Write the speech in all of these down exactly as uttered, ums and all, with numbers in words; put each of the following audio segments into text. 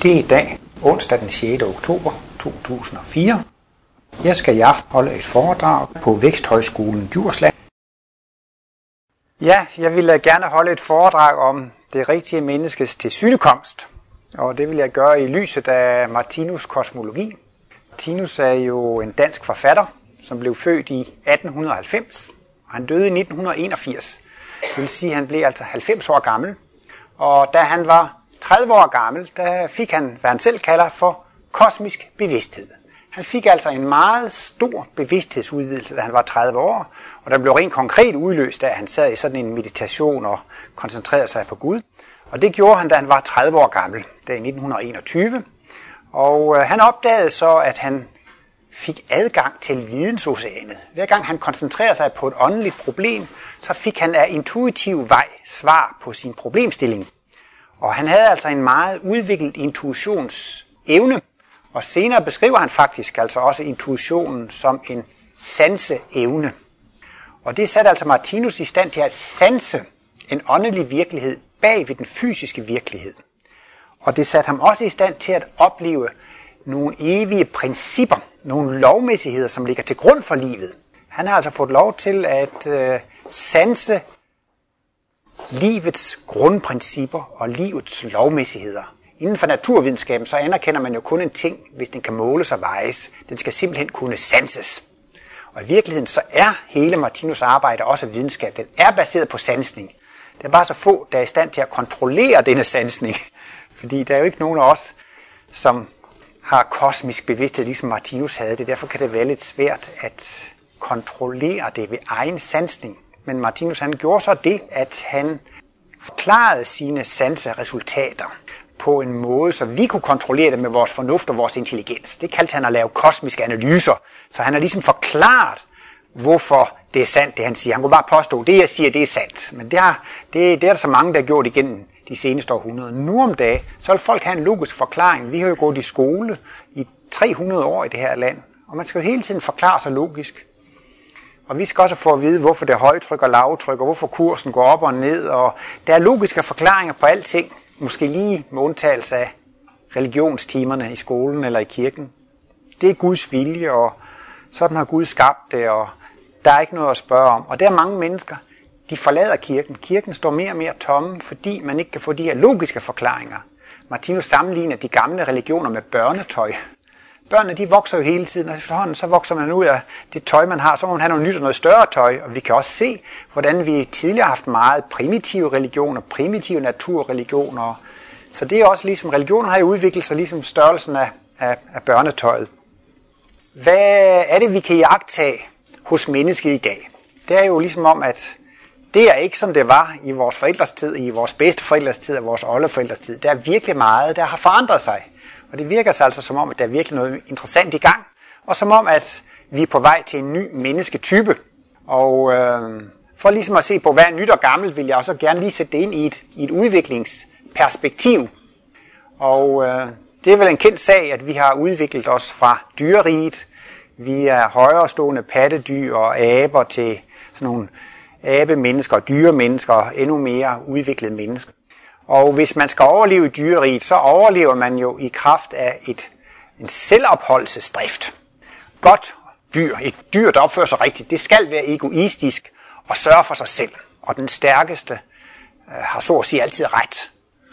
Det er i dag, onsdag den sjette oktober to tusind og fire. Jeg skal i aften holde et foredrag på Væksthøjskolen Djursland. Ja, jeg ville gerne holde et foredrag om det rigtige menneskes tilsynekomst. Og det vil jeg gøre i lyset af Martinus kosmologi. Martinus er jo en dansk forfatter, som blev født i atten halvfems, og han døde i nitten enogfirs. Det vil sige, at han blev altså halvfems år gammel. Og da han var tredive år gammel, der fik han, hvad han selv kalder for kosmisk bevidsthed. Han fik altså en meget stor bevidsthedsudvidelse, da han var tredive år, og der blev rent konkret udløst, da han sad i sådan en meditation og koncentrerede sig på Gud. Og det gjorde han, da han var tredive år gammel, der i nitten enogtyve. Og øh, han opdagede så, at han fik adgang til vidensoceanet. Hver gang han koncentrerede sig på et åndeligt problem, så fik han af intuitiv vej svar på sin problemstilling. Og han havde altså en meget udviklet intuitionsevne, og senere beskriver han faktisk altså også intuitionen som en sanseevne. Og det satte altså Martinus i stand til at sanse en åndelig virkelighed bag ved den fysiske virkelighed. Og det satte ham også i stand til at opleve nogle evige principper, nogle lovmæssigheder, som ligger til grund for livet. Han har altså fået lov til at øh, sanse livets grundprincipper og livets lovmæssigheder. Inden for naturvidenskaben så anerkender man jo kun en ting, hvis den kan måles og vejes. Den skal simpelthen kunne sanses. Og i virkeligheden så er hele Martinus' arbejde også videnskab. Den er baseret på sansning. Det er bare så få, der er i stand til at kontrollere denne sansning. Fordi der er jo ikke nogen af os, som har kosmisk bevidsthed, ligesom Martinus havde det. Derfor kan det være lidt svært at kontrollere det ved egen sansning. Men Martinus han gjorde så det, at han forklarede sine sanseresultater på en måde, så vi kunne kontrollere det med vores fornuft og vores intelligens. Det kaldte han at lave kosmiske analyser. Så han har ligesom forklaret, hvorfor det er sandt, det han siger. Han kunne bare påstå, det jeg siger, det er sandt. Men det, har, det, det er der så mange, der har gjort igennem de seneste århundreder. Nu om dagen, så vil folk have en logisk forklaring. Vi har jo gået i skole i tre hundrede år i det her land, og man skal jo hele tiden forklare sig logisk. Og vi skal også få at vide, hvorfor det er højtryk og lavtryk, og hvorfor kursen går op og ned. Og der er logiske forklaringer på alting. Måske lige med undtagelse af religionstimerne i skolen eller i kirken. Det er Guds vilje, og sådan har Gud skabt det, og der er ikke noget at spørge om. Og der er mange mennesker, de forlader kirken. Kirken står mere og mere tomme, fordi man ikke kan få de her logiske forklaringer. Martinus sammenligner de gamle religioner med børnetøj. Børnene de vokser jo hele tiden, og efterhånden så vokser man ud af det tøj, man har. Så må man have noget nyt og noget større tøj, og vi kan også se, hvordan vi tidligere har haft meget primitive religioner, primitive naturreligioner. Så det er også ligesom, religioner har jo udviklet sig ligesom størrelsen af, af, af børnetøjet. Hvad er det, vi kan iagttage hos mennesket i dag? Det er jo ligesom om, at det er ikke som det var i vores forældres tid, i vores bedsteforældres tid og vores oldeforældres tid. Der er virkelig meget, der har forandret sig. Og det virker så altså som om, at der er virkelig noget interessant i gang. Og som om, at vi er på vej til en ny mennesketype. Og øh, for ligesom at se på, hvad er nyt og gammelt, vil jeg også gerne lige sætte det ind i et, i et udviklingsperspektiv. Og øh, det er vel en kendt sag, at vi har udviklet os fra dyreriget. Vi er højerestående pattedyr og aber til sådan nogle abemennesker og dyremennesker og endnu mere udviklede mennesker. Og hvis man skal overleve i dyreriget, så overlever man jo i kraft af et, en selvopholdelsesdrift. Godt dyr, et dyr, der opfører sig rigtigt, det skal være egoistisk og sørge for sig selv. Og den stærkeste øh, har så at sige altid ret.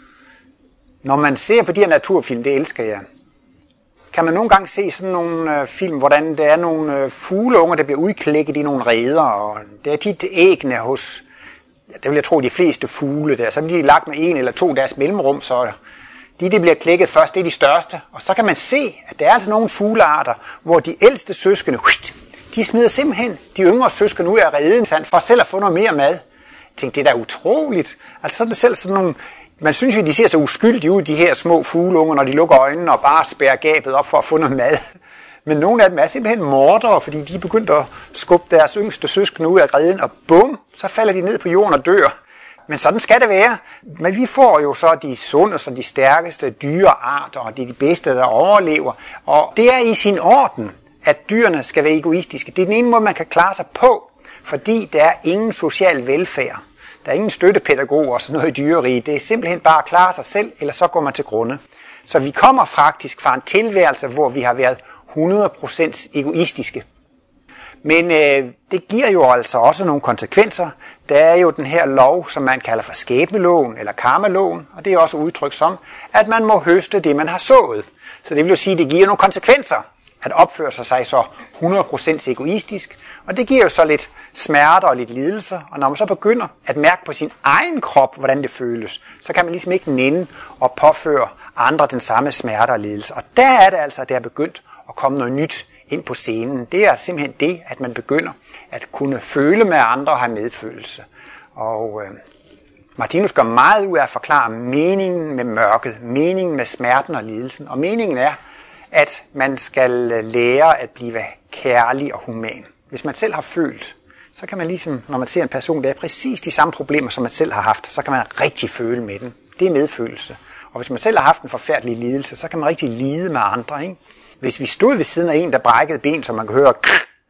Når man ser på de her naturfilm, det elsker jeg, kan man nogle gange se sådan nogle øh, film, hvordan der er nogle øh, fugleunger, der bliver udklækket i nogle reder, og det er tit æggene hos, det vil jeg tro, de fleste fugle der, så bliver de lagt med en eller to deres mellemrum, så de, der bliver klækket først, det er de største. Og så kan man se, at der er altså nogle fuglearter, hvor de ældste søskende, de smider simpelthen de yngre søskende ud af reden, for selv at få noget mere mad. Jeg tænkte, det er da utroligt. Altså sådan selv sådan nogle, man synes jo, de ser så uskyldige ud, de her små fugleunger, når de lukker øjnene og bare spærrer gabet op for at få noget mad. Men nogle af dem er simpelthen mordere, fordi de er begyndt at skubbe deres yngste søskende ud af reden, og bum, så falder de ned på jorden og dør. Men sådan skal det være. Men vi får jo så de sundeste og de stærkeste dyrearter, og det er de bedste, der overlever. Og det er i sin orden, at dyrene skal være egoistiske. Det er den ene måde, man kan klare sig på, fordi der er ingen social velfærd. Der er ingen støttepædagoger og sådan noget i dyreriget. Det er simpelthen bare at klare sig selv, eller så går man til grunde. Så vi kommer faktisk fra en tilværelse, hvor vi har været hundrede procent egoistiske. Men øh, det giver jo altså også nogle konsekvenser. Der er jo den her lov, som man kalder for skæbneloven eller karmaloven, og det er også udtrykt som, at man må høste det, man har sået. Så det vil jo sige, at det giver nogle konsekvenser at opføre sig så hundrede procent egoistisk, og det giver jo så lidt smerter og lidt lidelser, og når man så begynder at mærke på sin egen krop, hvordan det føles, så kan man ligesom ikke nænde og påføre andre den samme smerte og lidelse. Og der er det altså, at det er begyndt at komme noget nyt ind på scenen. Det er simpelthen det, at man begynder at kunne føle med andre og have medfølelse. Og øh, Martinus gør meget ud af at forklare meningen med mørket, meningen med smerten og lidelsen. Og meningen er, at man skal lære at blive kærlig og human. Hvis man selv har følt, så kan man ligesom, når man ser en person, der er præcis de samme problemer, som man selv har haft, så kan man rigtig føle med den. Det er medfølelse. Og hvis man selv har haft en forfærdelig lidelse, så kan man rigtig lide med andre, ikke? Hvis vi stod ved siden af en, der brækkede ben, så man kan høre,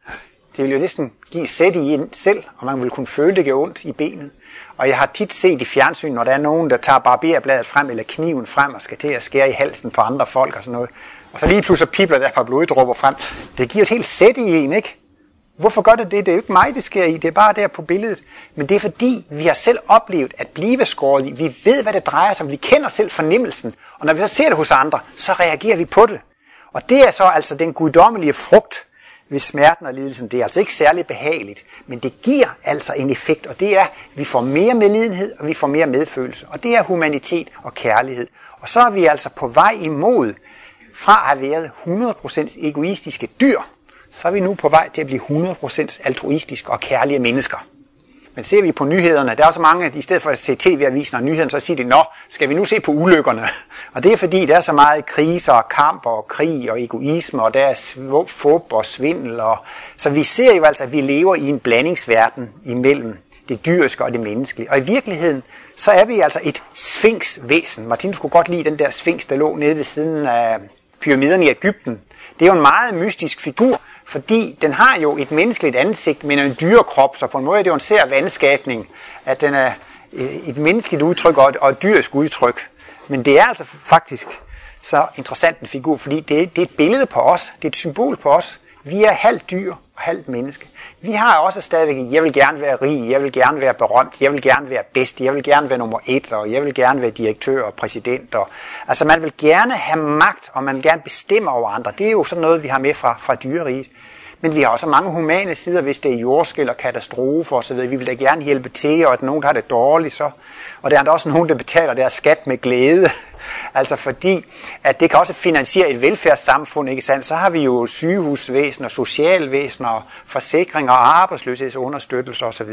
det ville jo næsten give sæt i en selv, og man ville kunne føle, det gør ondt i benet. Og jeg har tit set i fjernsyn, når der er nogen, der tager barberbladet frem, eller kniven frem, og skal til at skære i halsen på andre folk og sådan noget. Og så lige pludselig pibler der et par bloddråber frem. Det giver et helt sæt i en, ikke? Hvorfor gør det det? Det er jo ikke mig, det sker i. Det er bare der på billedet. Men det er fordi, vi har selv oplevet at blive skåret i. Vi ved, hvad det drejer sig om. Vi kender selv fornemmelsen. Og når vi så ser det hos andre, så reagerer vi på det. Og det er så altså den guddommelige frugt ved smerten og lidelsen. Det er altså ikke særlig behageligt. Men det giver altså en effekt. Og det er, at vi får mere medlidenhed, og vi får mere medfølelse. Og det er humanitet og kærlighed. Og så er vi altså på vej imod, fra at have været hundrede procent egoistiske dyr, så er vi nu på vej til at blive hundrede procent altruistiske og kærlige mennesker. Men ser vi på nyhederne, der er så mange, i stedet for at se tv-avisen og nyhederne, så siger de, nå, skal vi nu se på ulykkerne? Og det er fordi, der er så meget kriser og kamp og krig og egoisme, og der er fup og svindel. Og... Så vi ser jo altså, at vi lever i en blandingsverden imellem det dyriske og det menneskelige. Og i virkeligheden, så er vi altså et sfinksvæsen. Martinus kunne godt lide den der sfinks, der lå nede ved siden af pyramiderne i Egypten. Det er jo en meget mystisk figur, fordi den har jo et menneskeligt ansigt, men en dyrekrop, så på en måde er det jo en sær vandskabning, at den er et menneskeligt udtryk og et dyrisk udtryk. Men det er altså faktisk så interessant en figur, fordi det er, det er et billede på os, det er et symbol på os. Vi er halvt dyr og halvt menneske. Vi har også stadigvæk, jeg vil gerne være rig, jeg vil gerne være berømt, jeg vil gerne være bedst, jeg vil gerne være nummer et, og jeg vil gerne være direktør og præsident. Og, altså man vil gerne have magt, og man vil gerne bestemme over andre. Det er jo sådan noget, vi har med fra, fra dyreriget. Men vi har også mange humane sider, hvis det er jordskælv og katastrofer osv. Vi vil da gerne hjælpe til, og at nogen der har det dårligt, så. Og der er der også nogen, der betaler deres skat med glæde. Altså fordi, at det kan også finansiere et velfærdssamfund, ikke sandt? Så har vi jo sygehusvæsen og socialvæsen og forsikringer og arbejdsløshedsunderstøttelse osv.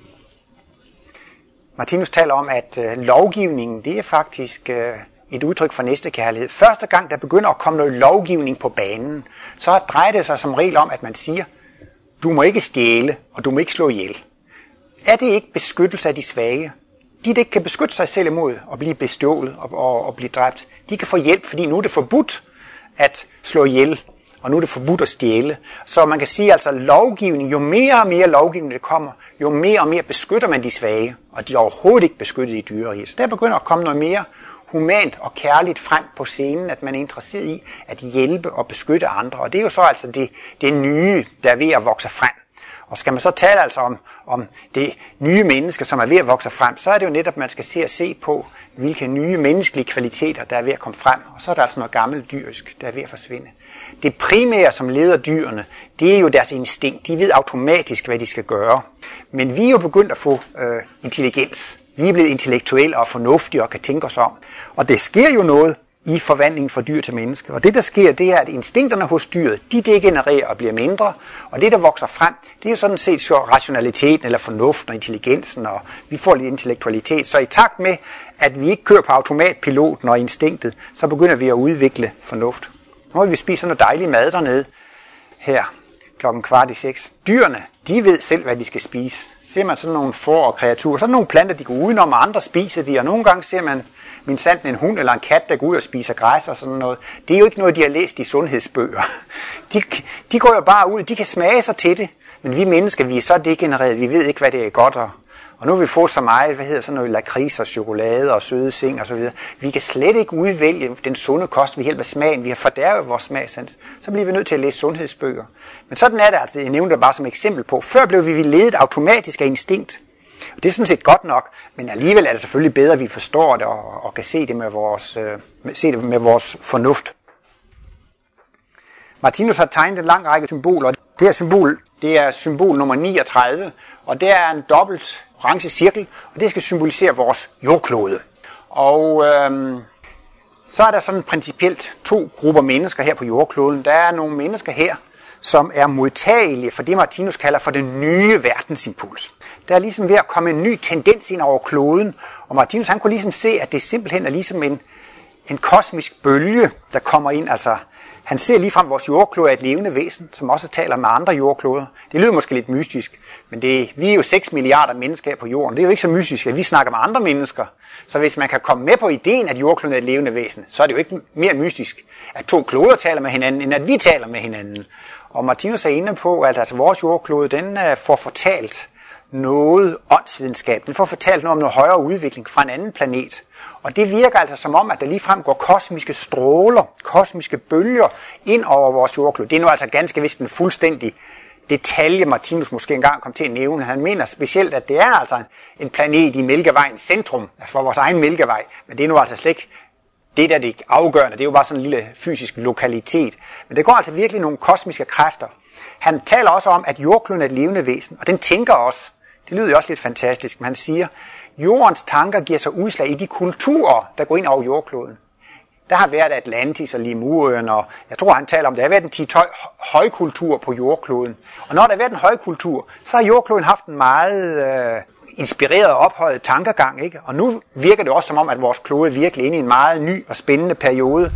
Martinus taler om, at øh, lovgivningen, det er faktisk øh, et udtryk for næstekærlighed. Første gang, der begynder at komme noget lovgivning på banen, så drejer det sig som regel om, at man siger, du må ikke stjæle, og du må ikke slå ihjel. Er det ikke beskyttelse af de svage? De, der ikke kan beskytte sig selv imod at blive bestjålet og, og, og blive dræbt, de kan få hjælp, fordi nu er det forbudt at slå ihjel, og nu er det forbudt at stjæle. Så man kan sige, altså lovgivning, jo mere og mere lovgivning det kommer, jo mere og mere beskytter man de svage, og de er overhovedet ikke beskyttet i dyreriget. Så der begynder at komme noget mere humant og kærligt frem på scenen, at man er interesseret i at hjælpe og beskytte andre. Og det er jo så altså det, det nye, der er ved at vokse frem. Og skal man så tale altså om, om det nye menneske, som er ved at vokse frem, så er det jo netop, at man skal se og se på, hvilke nye menneskelige kvaliteter, der er ved at komme frem. Og så er der altså noget gammelt dyrisk, der er ved at forsvinde. Det primære, som leder dyrene, det er jo deres instinkt. De ved automatisk, hvad de skal gøre. Men vi er jo begyndt at få øh, intelligens. Vi er blevet intellektuelle og fornuftige og kan tænke os om. Og det sker jo noget i forvandlingen fra dyr til menneske. Og det, der sker, det er, at instinkterne hos dyret, de degenererer og bliver mindre. Og det, der vokser frem, det er jo sådan set så rationaliteten eller fornuften og intelligensen, og vi får lidt intellektualitet. Så i takt med, at vi ikke kører på automatpiloten og instinktet, så begynder vi at udvikle fornuft. Nu vil vi spise sådan noget dejlig mad dernede her klokken kvart i seks. Dyrene, de ved selv, hvad de skal spise. Ser man sådan nogle får og kreaturer, så er der nogle planter, de går udenom, og andre spiser de, og nogle gange ser man min sandt en hund eller en kat, der går ud og spiser græs og sådan noget. Det er jo ikke noget, de har læst i sundhedsbøger. De, de går jo bare ud, de kan smage sig til det, men vi mennesker, vi er så degenererede, vi ved ikke, hvad det er godt og, Og nu har vi fået så meget, hvad hedder sådan noget, lakrids og chokolade og søde ting og så videre. Vi kan slet ikke udvælge den sunde kost ved hjælp af smagen. Vi har fordærvet vores smagssans. Så bliver vi nødt til at læse sundhedsbøger. Men sådan er det altså, jeg nævnte det bare som eksempel på. Før blev vi ledet automatisk af instinkt. Og det er sådan set godt nok, men alligevel er det selvfølgelig bedre, at vi forstår det og, og kan se det med vores, øh, se det med vores fornuft. Martinus har tegnet en lang række symboler. Det her symbol, det er symbol nummer niogtredive, og det er en dobbelt orange cirkel, og det skal symbolisere vores jordklode. Og øhm, så er der sådan principielt to grupper mennesker her på jordkloden. Der er nogle mennesker her, som er modtagelige for det, Martinus kalder for den nye verdensimpuls. Der er ligesom ved at komme en ny tendens ind over kloden, og Martinus han kunne ligesom se, at det simpelthen er ligesom en, en kosmisk bølge, der kommer ind. Altså, han ser ligefrem vores jordklode er et levende væsen, som også taler med andre jordkloder. Det lyder måske lidt mystisk, men det, vi er jo seks milliarder mennesker på jorden. Det er jo ikke så mystisk, at vi snakker med andre mennesker. Så hvis man kan komme med på ideen, at jordkloden er et levende væsen, så er det jo ikke mere mystisk, at to kloder taler med hinanden, end at vi taler med hinanden. Og Martinus er inde på, at altså vores jordklode, den får fortalt noget åndsvidenskab. Den får fortalt noget om noget højere udvikling fra en anden planet. Og det virker altså som om, at der ligefrem går kosmiske stråler, kosmiske bølger ind over vores jordklode. Det er nu altså ganske vist en fuldstændig detalje, Martinus måske engang kom til at nævne. Han mener specielt, at det er altså en planet i Mælkevejens centrum, altså for vores egen Mælkevej. Men det er nu altså slet ikke det, der er det afgørende. Det er jo bare sådan en lille fysisk lokalitet. Men det går altså virkelig nogle kosmiske kræfter. Han taler også om, at jordkloden er et levende væsen, og den tænker også. Det lyder jo også lidt fantastisk, men han siger, jordens tanker giver sig udslag i de kulturer, der går ind over jordkloden. Der har været Atlantis og Lemurien, og jeg tror, han taler om, der har været en ti tolv højkultur på jordkloden. Og når der har været en højkultur, så har jordkloden haft en meget øh, inspireret og ophøjet tankegang, ikke? Og nu virker det også som om, at vores klode er virkelig inde i en meget ny og spændende periode.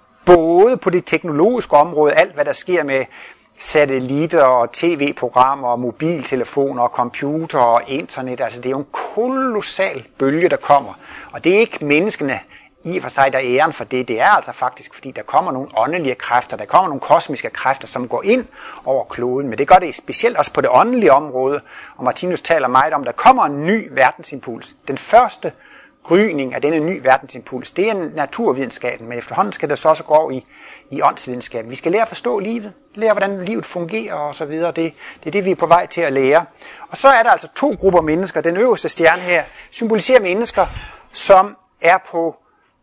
Både på det teknologiske område, alt hvad der sker med satellitter og tv-programmer og mobiltelefoner og computer og internet. Altså det er jo en kolossal bølge, der kommer. Og det er ikke menneskene i og for sig, der er æren for det. Det er altså faktisk, fordi der kommer nogle åndelige kræfter, der kommer nogle kosmiske kræfter, som går ind over kloden. Men det gør det specielt også på det åndelige område. Og Martinus taler meget om, at der kommer en ny verdensimpuls. Den første gryning af denne ny verdensimpuls, det er naturvidenskaben, men efterhånden skal det så også gå over i, i åndsvidenskaben. Vi skal lære at forstå livet, lære hvordan livet fungerer og så videre. Det, det er det, vi er på vej til at lære. Og så er der altså to grupper mennesker. Den øverste stjerne her symboliserer mennesker, som er på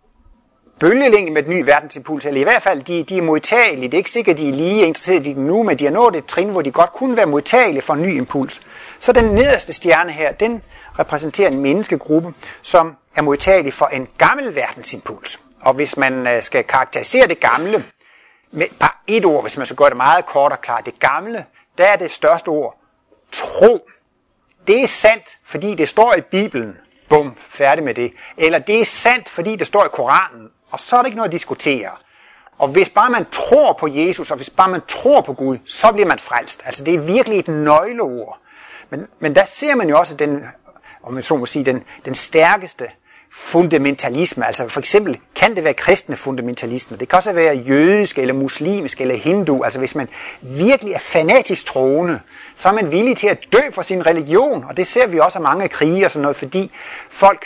bølgelængde med den nye verdensimpuls, eller i hvert fald, de, de er modtagelige. Det er ikke sikkert, at de er lige interesseret i den nu, men de har nået et trin, hvor de godt kunne være modtagelige for en ny impuls. Så den nederste stjerne her, den repræsenterer en menneskegruppe, som er modtagelig for en gammel verdensimpuls. Og hvis man skal karakterisere det gamle med bare et ord, hvis man skal gøre det meget kort og klart, det gamle, der er det største ord, tro. Det er sandt, fordi det står i Bibelen. Bum, færdig med det. Eller det er sandt, fordi det står i Koranen. Og så er det ikke noget at diskutere. Og hvis bare man tror på Jesus, og hvis bare man tror på Gud, så bliver man frelst. Altså det er virkelig et nøgleord. Men, men der ser man jo også den, om man så må sige, den, den stærkeste fundamentalisme. Altså for eksempel kan det være kristne fundamentalisme. Det kan også være jødisk, eller muslimsk, eller hindu. Altså hvis man virkelig er fanatisk troende, så er man villig til at dø for sin religion. Og det ser vi også af mange krige og sådan noget, fordi folk,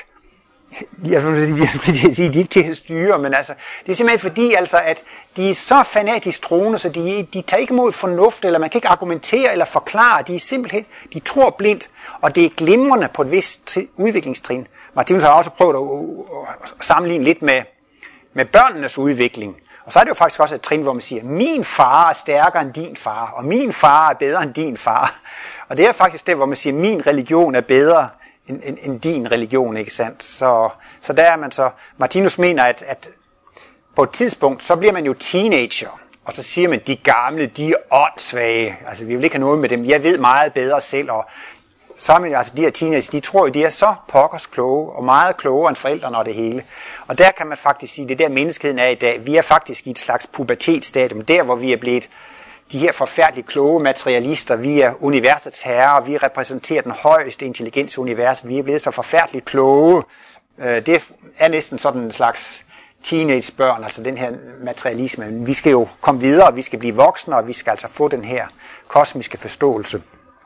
jeg vil sige, de ikke til at styre, men altså, det er simpelthen fordi, altså, at de er så fanatisk troende, så de, de tager ikke imod fornuft, eller man kan ikke argumentere eller forklare. De er simpelthen, de tror blindt, og det er glimrende på et vist udviklingstrin. Martinus har også prøvet at, at sammenligne lidt med, med børnenes udvikling. Og så er det jo faktisk også et trin, hvor man siger, min far er stærkere end din far, og min far er bedre end din far. Og det er faktisk det, hvor man siger, min religion er bedre end, end, end din religion, ikke sandt? Så, så der er man så, Martinus mener, at, at på et tidspunkt, så bliver man jo teenager, og så siger man, de gamle, de er åndssvage. Altså, vi vil ikke have noget med dem. Jeg ved meget bedre selv, og så er man jo, altså de her teenagers, de tror jo, de er så pokkers kloge, og meget klogere end forældrene og det hele. Og der kan man faktisk sige, det der menneskeheden er i dag, vi er faktisk i et slags pubertetsstadium, der hvor vi er blevet de her forfærdeligt kloge materialister, vi er universets herrer, vi repræsenterer den højeste intelligens i universet, vi er blevet så forfærdeligt kloge. Det er næsten sådan en slags teenagebørn, altså den her materialisme. Vi skal jo komme videre, vi skal blive voksne, og vi skal altså få den her kosmiske forståelse.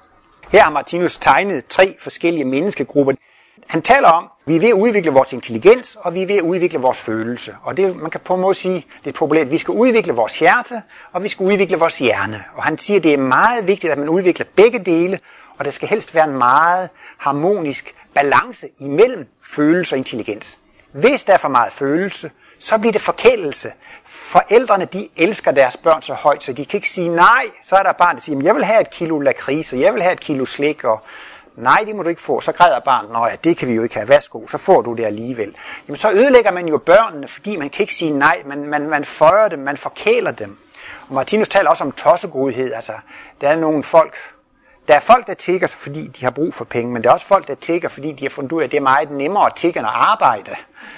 Her har Martinus tegnet tre forskellige menneskegrupper. Han taler om, at vi er ved at udvikle vores intelligens, og vi er ved at udvikle vores følelse. Og det, man kan på en måde sige lidt populært, at vi skal udvikle vores hjerte, og vi skal udvikle vores hjerne. Og han siger, at det er meget vigtigt, at man udvikler begge dele, og der skal helst være en meget harmonisk balance imellem følelse og intelligens. Hvis der er for meget følelse, så bliver det forkælelse. Forældrene, de elsker deres børn så højt, så de kan ikke sige nej. Så er der barn, der siger, jeg vil have et kilo lakrids, og jeg vil have et kilo slik, og nej, det må du ikke få. Så græder barnet, nå ja, det kan vi jo ikke have, værsgo, så får du det alligevel. Jamen så ødelægger man jo børnene, fordi man kan ikke sige nej, man, man, man føjer dem, man forkæler dem. Og Martinus taler også om tossegodhed, altså der er nogle folk, der er folk, der tigger, fordi de har brug for penge, men der er også folk, der tigger, fordi de har fundet ud af, at det er meget nemmere at tigge end at arbejde.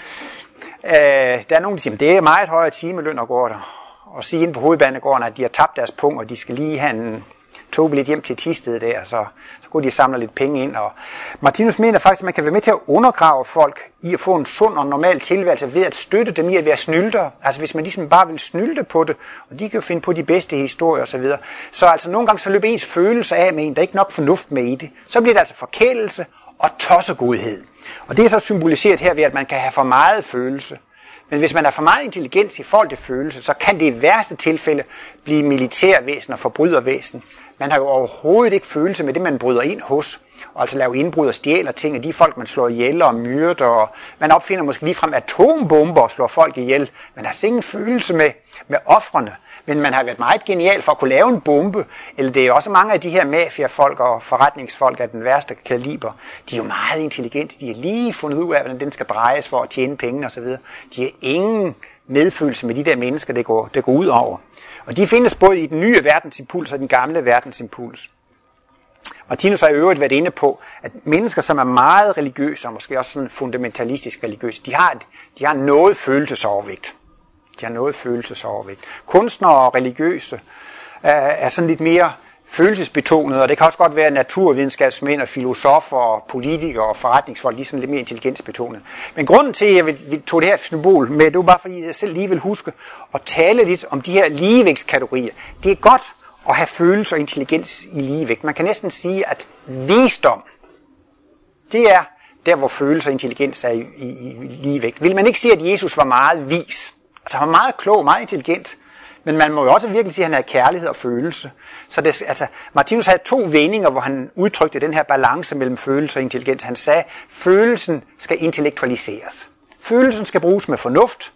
Øh, der er nogen, der siger, at det er meget højere timeløn at gå der. Og sige inde på hovedbanegården, at de har tabt deres punkt, og de skal lige have en togbillet hjem til Thisted der, så, så går de og samler lidt penge ind. Og Martinus mener faktisk, at man kan være med til at undergrave folk i at få en sund og normal tilværelse ved at støtte dem i at være snylder. Altså hvis man ligesom bare vil snylde på det, og de kan jo finde på de bedste historier osv. Så, så altså nogle gange så løber ens følelse af med en, der er ikke nok fornuft med i det. Så bliver det altså forkælelse og tossegodhed. Og det er så symboliseret her ved, at man kan have for meget følelse. Men hvis man har for meget intelligens i forhold til følelse, så kan det i værste tilfælde blive militærvæsen og forbrydervæsen. Man har jo overhovedet ikke følelse med det, man bryder ind hos. Og altså lave indbrud og stjæler ting af de folk, man slår ihjel og myrder. Og man opfinder måske ligefrem atombomber og slår folk ihjel. Man har altså ingen følelse med, med ofrene. Men man har været meget genial for at kunne lave en bombe. Eller det er også mange af de her mafiafolk og forretningsfolk af den værste kaliber. De er jo meget intelligente. De har lige fundet ud af, hvordan den skal drejes for at tjene penge osv. De har ingen medfølelse med de der mennesker, det går, det går ud over. Og de findes både i den nye verdensimpuls og den gamle verdensimpuls. Martinus har i øvrigt været inde på, at mennesker, som er meget religiøse, og måske også sådan fundamentalistisk religiøse, de har, de har noget følelsesovervægt. De har noget følelsesovervægt. Kunstnere og religiøse er, er sådan lidt mere følelsesbetonet, og det kan også godt være naturvidenskabsmænd og filosofer og politikere og forretningsfolk, de er sådan lidt mere intelligensbetonet. Men grunden til, at jeg vil tog det her symbol med, det var bare fordi, jeg selv lige vil huske at tale lidt om de her ligevægtskategorier. Det er godt at have følelse og intelligens i ligevægt. Man kan næsten sige, at visdom, det er der, hvor følelse og intelligens er i, i, i ligevægt. Vil man ikke sige, at Jesus var meget vis? Altså han var meget klog, meget intelligent. Men man må jo også virkelig sige, at han havde kærlighed og følelse. Så det, altså, Martinus havde to vendinger, hvor han udtrykte den her balance mellem følelse og intelligens. Han sagde, at følelsen skal intellektualiseres. Følelsen skal bruges med fornuft,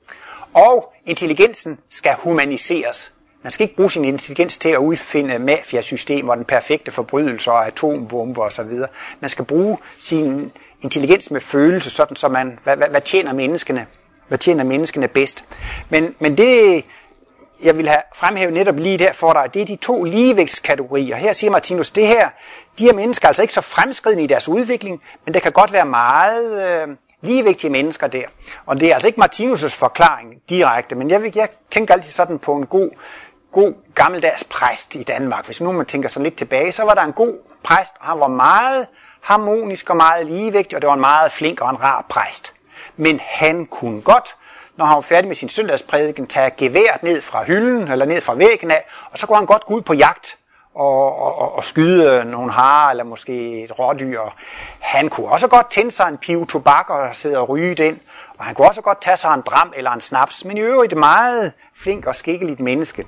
og intelligensen skal humaniseres. Man skal ikke bruge sin intelligens til at udfinde mafiasystemer og den perfekte forbrydelse og atombomber osv. Man skal bruge sin intelligens med følelse, sådan så man, hvad, hvad, hvad tjener menneskene, hvad tjener menneskene bedst. Men, men det, jeg vil have fremhævet netop lige der for dig, det er de to ligevægtskategorier. Her siger Martinus, det her, de her mennesker er altså ikke så fremskridende i deres udvikling, men der kan godt være meget øh, ligevægtige mennesker der. Og det er altså ikke Martinus' forklaring direkte, men jeg, vil, jeg tænker altid sådan på en god, god gammeldags præst i Danmark. Hvis nu man tænker så lidt tilbage, så var der en god præst, og han var meget harmonisk og meget ligevægtig, og det var en meget flink og en rar præst. Men han kunne godt, når han var færdig med sin søndagsprædiken, tage geværet ned fra hylden, eller ned fra væggen af, og så kunne han godt gå ud på jagt og, og, og skyde nogle harer, eller måske et rådyr. Han kunne også godt tænde sig en pive tobak og sidde og ryge den, og han kunne også godt tage sig en dram eller en snaps, men i øvrigt et meget flink og skikkeligt menneske.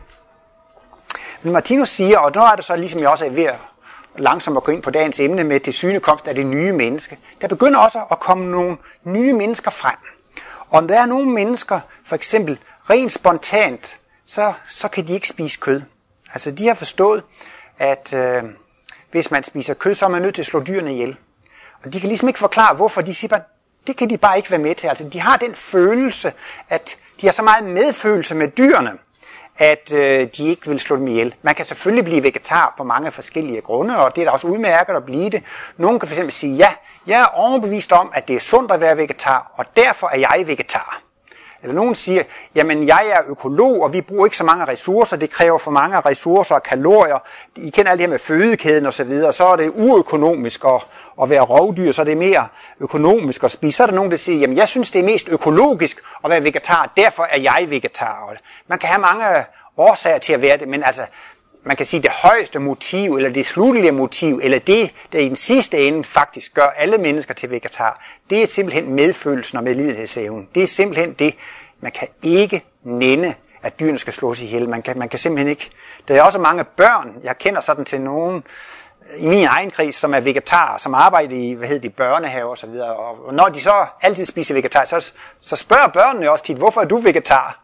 Men Martinus siger, og nu er det så ligesom jeg også er ved langsomt at gå ind på dagens emne med det synekomst af det nye menneske, der begynder også at komme nogle nye mennesker frem. Og når der er nogle mennesker, for eksempel rent spontant, så, så kan de ikke spise kød. Altså de har forstået, at øh, hvis man spiser kød, så er man nødt til at slå dyrene ihjel. Og de kan ligesom ikke forklare, hvorfor. De siger bare, det kan de bare ikke være med til. Altså de har den følelse, at de har så meget medfølelse med dyrene, at øh, de ikke vil slå dem ihjel. Man kan selvfølgelig blive vegetar på mange forskellige grunde, og det er da også udmærket at blive det. Nogle kan fx sige, ja, jeg er overbevist om, at det er sundt at være vegetar, og derfor er jeg vegetar. Eller nogen siger, jamen jeg er økolog, og vi bruger ikke så mange ressourcer, det kræver for mange ressourcer og kalorier. I kender alt det her med fødekæden osv., og så er det uøkonomisk at, at være rovdyr, så er det mere økonomisk at spise. Så er der nogen, der siger, jamen jeg synes det er mest økologisk at være vegetar, derfor er jeg vegetar. Man kan have mange årsager til at være det, men altså man kan sige, det højeste motiv, eller det sluttelige motiv, eller det, der i den sidste ende faktisk gør alle mennesker til vegetar, det er simpelthen medfølelsen og medlidenhedsevnen. Det er simpelthen det, man kan ikke nænde, at dyrene skal slås ihjel. Man kan, man kan simpelthen ikke. Der er også mange børn, jeg kender sådan til nogen, i min egen kreds, som er vegetarer, som arbejder i, hvad hedder de, børnehaver og så videre. Og når de så altid spiser vegetar, så, så spørger børnene også tit, hvorfor er du vegetar?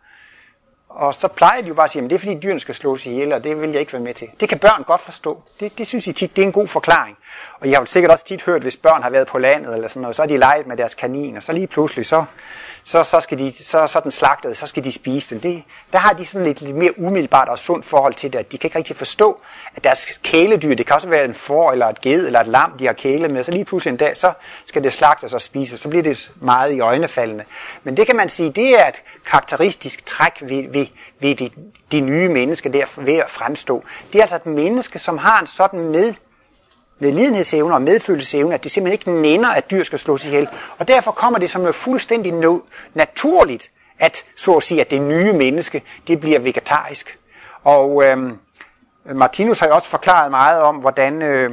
Og så plejer de jo bare at sige, at det er fordi dyrene skal slås ihjel, og det vil jeg ikke være med til. Det kan børn godt forstå. Det, det synes jeg tit, det er en god forklaring. Og jeg har jo sikkert også tit hørt, hvis børn har været på landet eller sådan noget, så er de leget med deres kanin, og så lige pludselig, så, så, så, skal de, så, så er den slagtet, så skal de spise den. Det, der har de sådan lidt, lidt mere umiddelbart og sundt forhold til det, at de kan ikke rigtig forstå, at deres kæledyr, det kan også være en får eller et ged eller et lam, de har kæle med, så lige pludselig en dag, så skal det slagtes og spises, så bliver det meget i øjnefaldende. Men det kan man sige, det er et karakteristisk træk ved, ved, ved de, de nye mennesker der ved at fremstå. Det er altså et menneske, som har en sådan med medlidenhedsevne og medfølelsesevne, at det simpelthen ikke nænner, at dyr skal slås ihjel. Og derfor kommer det som noget fuldstændig no- naturligt, at så at sige, at det nye menneske, det bliver vegetarisk. Og øhm, Martinus har jo også forklaret meget om, hvordan øh,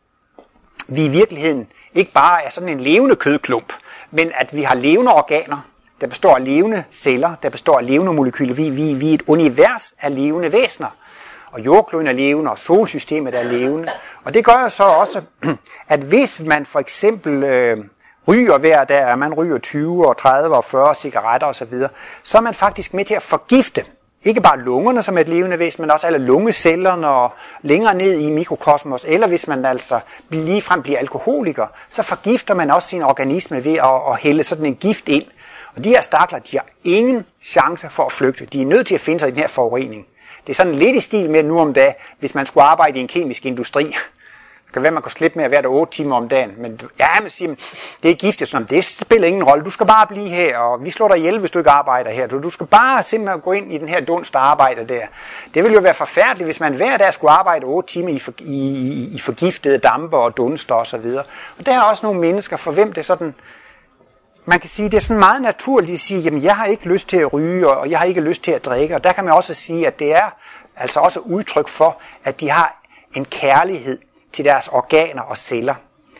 vi i virkeligheden ikke bare er sådan en levende kødklump, men at vi har levende organer, der består af levende celler, der består af levende molekyler. Vi, vi, vi er et univers af levende væsener. Og jordkloden er levende, og solsystemet er levende. Og det gør jo så også, at hvis man for eksempel øh, ryger hver dag, at man ryger tyve og tredive og fyrre cigaretter osv., så er man faktisk med til at forgifte ikke bare lungerne som et levende væsen, men også alle lungecellerne og længere ned i mikrokosmos. Eller hvis man altså ligefrem bliver alkoholiker, så forgifter man også sin organisme ved at, at hælde sådan en gift ind. Og de her stakler, de har ingen chance for at flygte. De er nødt til at finde sig i den her forurening. Det er sådan lidt i stil med nu om dagen, hvis man skulle arbejde i en kemisk industri. Det kan være, man kunne slippe med at være der otte timer om dagen. Men ja, man siger, det er giftigt. Sådan, det spiller ingen rolle. Du skal bare blive her, og vi slår dig ihjel, hvis du ikke arbejder her. Du, du skal bare simpelthen gå ind i den her dunst og arbejde der. Det ville jo være forfærdeligt, hvis man hver dag skulle arbejde otte timer i, for, i, i, i forgiftede damper og dunster og så videre. Og der er også nogle mennesker, for hvem det er sådan, man kan sige, det er sådan meget naturligt at sige, jamen jeg har ikke lyst til at ryge, og jeg har ikke lyst til at drikke. Og der kan man også sige, at det er altså også udtryk for, at de har en kærlighed til deres organer og celler.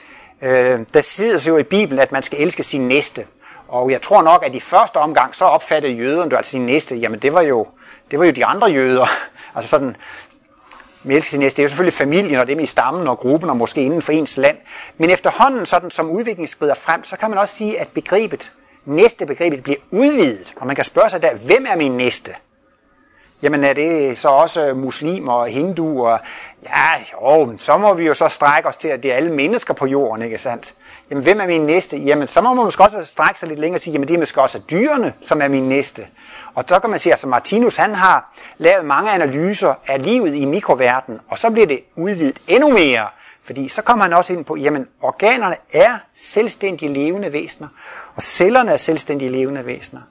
Øh, der sidder så jo i Bibelen, at man skal elske sin næste. Og jeg tror nok, at i første omgang, så opfattede jøderne altså sin næste, jamen det var jo, det var jo de andre jøder. Altså sådan, med elske sin næste, det er jo selvfølgelig familien og dem i stammen og gruppen og måske inden for ens land. Men efterhånden, sådan som udviklingen skrider frem, så kan man også sige, at begrebet, næste begrebet bliver udvidet. Og man kan spørge sig der, hvem er min næste? Jamen er det så også muslimer og hinduer? Ja, jo, så må vi jo så strække os til, at det er alle mennesker på jorden, ikke sandt? Jamen hvem er min næste? Jamen så må man måske også strække sig lidt længere og sige, jamen det er måske også dyrene, som er min næste. Og så kan man sige, at altså Martinus han har lavet mange analyser af livet i mikroverdenen, og så bliver det udvidet endnu mere. Fordi så kommer han også ind på, jamen organerne er selvstændige levende væsener, og cellerne er selvstændige levende væsener.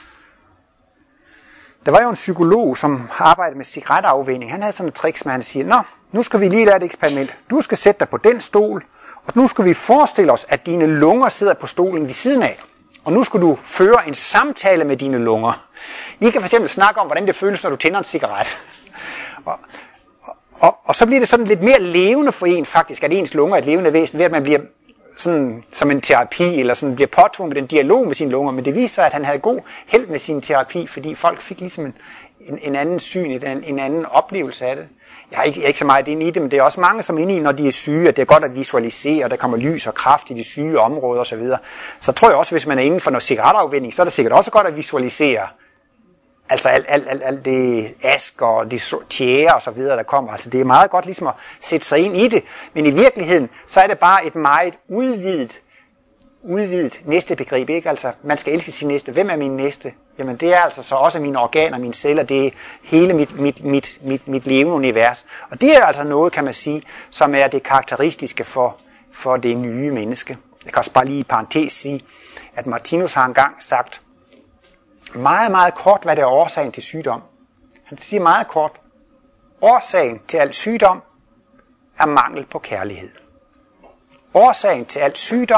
Der var jo en psykolog, som arbejdede med cigaretafvænning. Han havde sådan et trick, som han siger, nå, nu skal vi lige lave et eksperiment. Du skal sætte dig på den stol, og nu skal vi forestille os, at dine lunger sidder på stolen ved siden af. Og nu skal du føre en samtale med dine lunger. I kan fx snakke om, hvordan det føles, når du tænder en cigaret. Og, og, og så bliver det sådan lidt mere levende for en faktisk, at ens lunger er et levende væsen, ved at man bliver sådan som en terapi, eller sådan bliver påtvunget en dialog med sine lunger, men det viser sig, at han havde god held med sin terapi, fordi folk fik ligesom en, en, en anden syn, en, en anden oplevelse af det. Jeg er, ikke, jeg er ikke så meget inde i det, men det er også mange, som er inde i, når de er syge, at det er godt at visualisere, der kommer lys og kraft i de syge områder osv. Så, så tror jeg også, hvis man er inden for noget cigaretafvænning, så er det sikkert også godt at visualisere, altså alt, alt, alt, alt det ask og de tjære og så videre, der kommer. Altså det er meget godt ligesom at sætte sig ind i det, men i virkeligheden, så er det bare et meget udvidet, udvidet næste begreb, ikke? Altså, man skal elske sin næste. Hvem er min næste? Jamen, det er altså så også mine organer, mine celler, det er hele mit, mit, mit, mit, mit levende univers. Og det er altså noget, kan man sige, som er det karakteristiske for, for det nye menneske. Jeg kan også bare lige i parentes sige, at Martinus har engang sagt, meget, meget kort, hvad der er årsagen til sygdom. Han siger meget kort, årsagen til al sygdom er mangel på kærlighed. Årsagen til al sygdom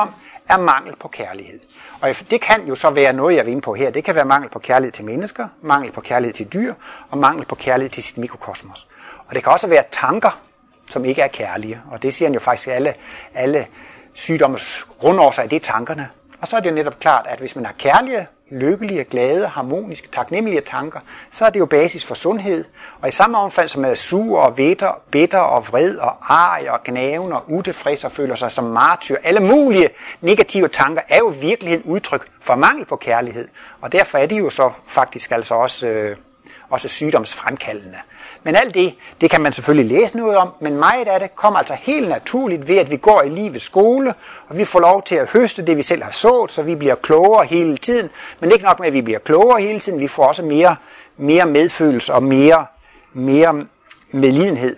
er mangel på kærlighed. Og det kan jo så være noget, jeg er inde på her. Det kan være mangel på kærlighed til mennesker, mangel på kærlighed til dyr, og mangel på kærlighed til sit mikrokosmos. Og det kan også være tanker, som ikke er kærlige. Og det siger han jo faktisk, at alle, alle sygdommens grundårsager, det er tankerne. Og så er det jo netop klart, at hvis man har kærlige, lykkelige, glade, harmoniske, taknemmelige tanker, så er det jo basis for sundhed. Og i samme omfang som er sur og vetter, bitter og vred og arg og gnaven og utilfreds og føler sig som martyr, alle mulige negative tanker er jo i virkeligheden udtryk for mangel på kærlighed. Og derfor er de jo så faktisk altså også, øh, også sygdomsfremkaldende. Men alt det, det kan man selvfølgelig læse noget om, men meget af det kommer altså helt naturligt ved, at vi går i livets skole, og vi får lov til at høste det, vi selv har sået, så vi bliver klogere hele tiden. Men ikke nok med, at vi bliver klogere hele tiden, vi får også mere, mere medfølelse og mere, mere medlidenhed.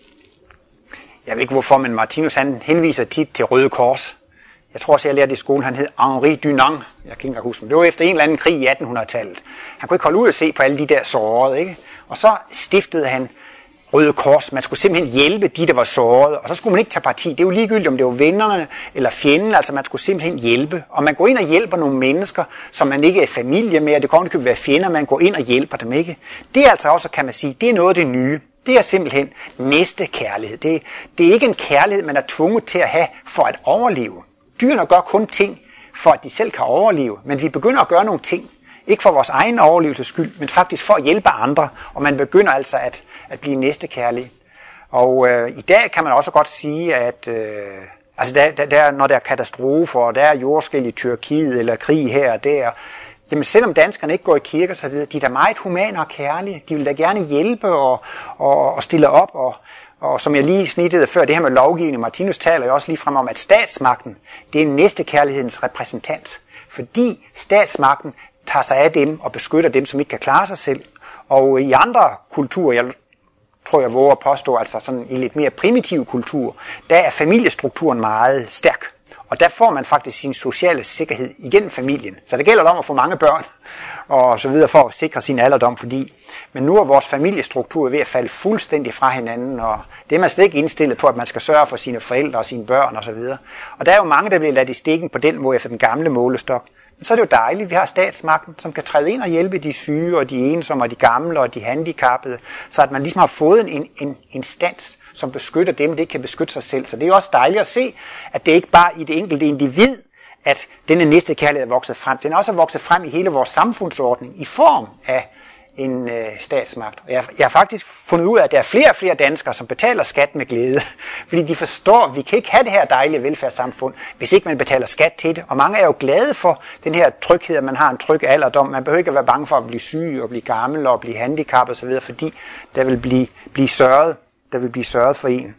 Jeg ved ikke hvorfor, men Martinus han henviser tit til Røde Kors. Jeg tror også, jeg lærte i skolen, han hed Henri Dunant. Jeg kan ikke huske, men det var efter en eller anden krig i attenhundredetallet. Han kunne ikke holde ud at se på alle de der sårede, ikke? Og så stiftede han Røde Kors. Man skulle simpelthen hjælpe de, der var sårede. Og så skulle man ikke tage parti. Det er jo ligegyldigt, om det var vennerne eller fjenden. Altså man skulle simpelthen hjælpe. Og man går ind og hjælper nogle mennesker, som man ikke er familie med. Og det kan ikke være fjender, man går ind og hjælper dem, ikke? Det er altså også, kan man sige, det er noget af det nye. Det er simpelthen næste kærlighed. Det, det er ikke en kærlighed, man er tvunget til at have for at overleve. Dyrene gør kun ting, for at de selv kan overleve. Men vi begynder at gøre nogle ting. Ikke for vores egen overlevelses skyld, men faktisk for at hjælpe andre. Og man begynder altså at, at blive næstekærlig. Og øh, i dag kan man også godt sige, at øh, altså der, der, der, når der er katastrofer, og der er jordskælv i Tyrkiet, eller krig her og der, jamen selvom danskerne ikke går i kirke og så videre, de er da meget humane og kærlige. De vil da gerne hjælpe og, og, og stille op. Og, og som jeg lige snittede før, det her med lovgivning, Martinus taler jo også lige frem om, at statsmagten, det er næstekærlighedens repræsentant. Fordi statsmagten tager sig af dem og beskytter dem, som ikke kan klare sig selv. Og i andre kulturer, jeg tror jeg våger at påstå, altså sådan i lidt mere primitiv kultur, der er familiestrukturen meget stærk. Og der får man faktisk sin sociale sikkerhed igennem familien. Så det gælder om at få mange børn og så videre for at sikre sin alderdom, fordi men nu er vores familiestruktur ved at falde fuldstændig fra hinanden, og det er man slet ikke indstillet på, at man skal sørge for sine forældre og sine børn og så videre. Og der er jo mange, der bliver ladt i stikken på den måde efter den gamle målestok. Men så er det jo dejligt, vi har statsmagten, som kan træde ind og hjælpe de syge og de ensomme og de gamle og de handicappede, så at man ligesom har fået en, en instans, som beskytter dem, det ikke kan beskytte sig selv. Så det er også dejligt at se, at det ikke bare i det enkelte individ, at denne næste kærlighed er vokset frem. Den er også vokset frem i hele vores samfundsordning i form af en øh, statsmagt. Og jeg, jeg har faktisk fundet ud af, at der er flere og flere danskere, som betaler skat med glæde, fordi de forstår, at vi kan ikke have det her dejlige velfærdssamfund, hvis ikke man betaler skat til det. Og mange er jo glade for den her tryghed, at man har en tryg alderdom. Man behøver ikke at være bange for at blive syg og blive gammel og blive handicappet osv., fordi der vil blive, blive sørget. Der vil blive sørget for en.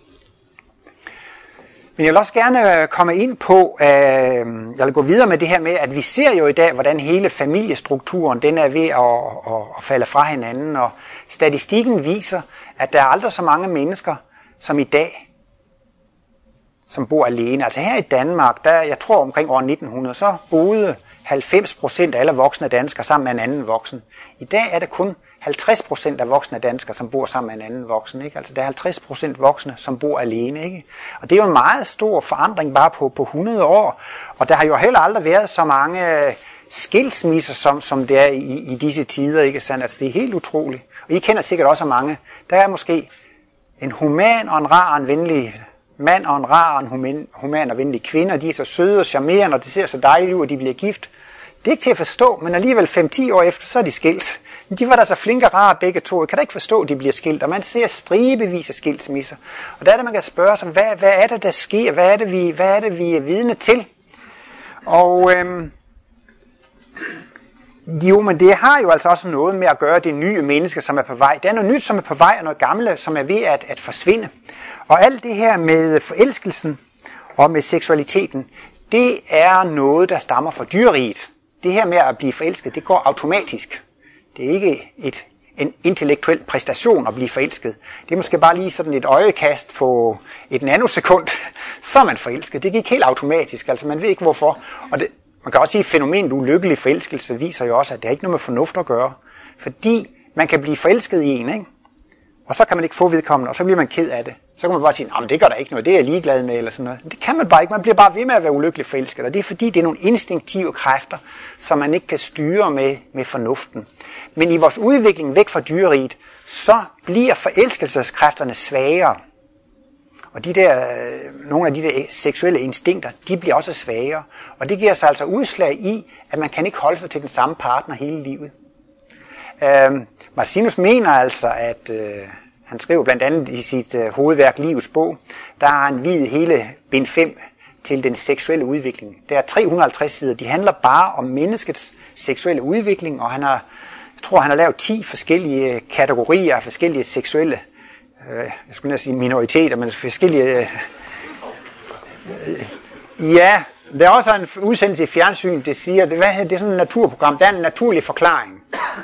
Men jeg vil også gerne komme ind på, øh, jeg vil gå videre med det her med, at vi ser jo i dag, hvordan hele familiestrukturen den er ved at, at, at falde fra hinanden. Og statistikken viser, at der er aldrig så mange mennesker som i dag, som bor alene. Altså her i Danmark, der jeg tror omkring år nitten hundrede, så boede halvfems procent af alle voksne danskere sammen med en anden voksen. I dag er det kun halvtreds procent af voksne danskere, som bor sammen med en anden voksen. Ikke? Altså der er halvtreds procent voksne, som bor alene. Ikke? Og det er jo en meget stor forandring bare på, på hundrede år. Og der har jo heller aldrig været så mange skilsmisser, som, som det er i, i disse tider. Ikke sandt? Altså det er helt utroligt. Og I kender sikkert også mange. Der er måske en human og en rar og en venlig mand og en rar og en human, human og venlig kvinde. Og de er så søde og charmerende, og det ser så dejligt ud, at de bliver gift. Det er ikke til at forstå, men alligevel fem til ti år efter, så er de skilt. De var da så flinke og rare begge to. Jeg kan da ikke forstå, at de bliver skilt. Og man ser stribevis af skilsmisser. Og der er det, man kan spørge sig, hvad, hvad er det, der sker? Hvad er det, vi, hvad er, det, vi er vidne til? Og øhm, jo, men det har jo altså også noget med at gøre det nye menneske, som er på vej. Det er noget nyt, som er på vej, og noget gamle, som er ved at, at forsvinde. Og alt det her med forelskelsen og med seksualiteten, det er noget, der stammer fra dyreriget. Det her med at blive forelsket, det går automatisk. Det er ikke et, en intellektuel præstation at blive forelsket. Det er måske bare lige sådan et øjekast på et nanosekund, så er man forelsket. Det gik helt automatisk, altså man ved ikke hvorfor. Og det, man kan også sige, at fænomenet ulykkelig forelskelse viser jo også, at det er ikke noget med fornuft at gøre. Fordi man kan blive forelsket i en, ikke? Og så kan man ikke få vedkommende, og så bliver man ked af det. Så kan man bare sige, at det gør der ikke noget, det er jeg ligeglad med, eller sådan noget. Det kan man bare ikke, man bliver bare ved med at være ulykkelig forelsket, og det er fordi, det er nogle instinktive kræfter, som man ikke kan styre med, med fornuften. Men i vores udvikling væk fra dyreriget, så bliver forelskelseskræfterne svagere. Og de der, nogle af de der seksuelle instinkter, de bliver også svagere. Og det giver sig altså udslag i, at man kan ikke holde sig til den samme partner hele livet. Øh, Martinus mener altså, at øh, han skriver blandt andet i sit øh, hovedværk Livets Bog, der har han viet hele bind fem til den seksuelle udvikling. Der er tre hundrede og halvtreds sider, de handler bare om menneskets seksuelle udvikling, og han har, jeg tror, han har lavet ti forskellige kategorier af forskellige seksuelle, øh, jeg skulle næsten sige minoriteter, men forskellige, øh, øh, ja, der er også en udsendelse i fjernsyn, det siger, det, hvad, det er sådan et naturprogram, der er en naturlig forklaring.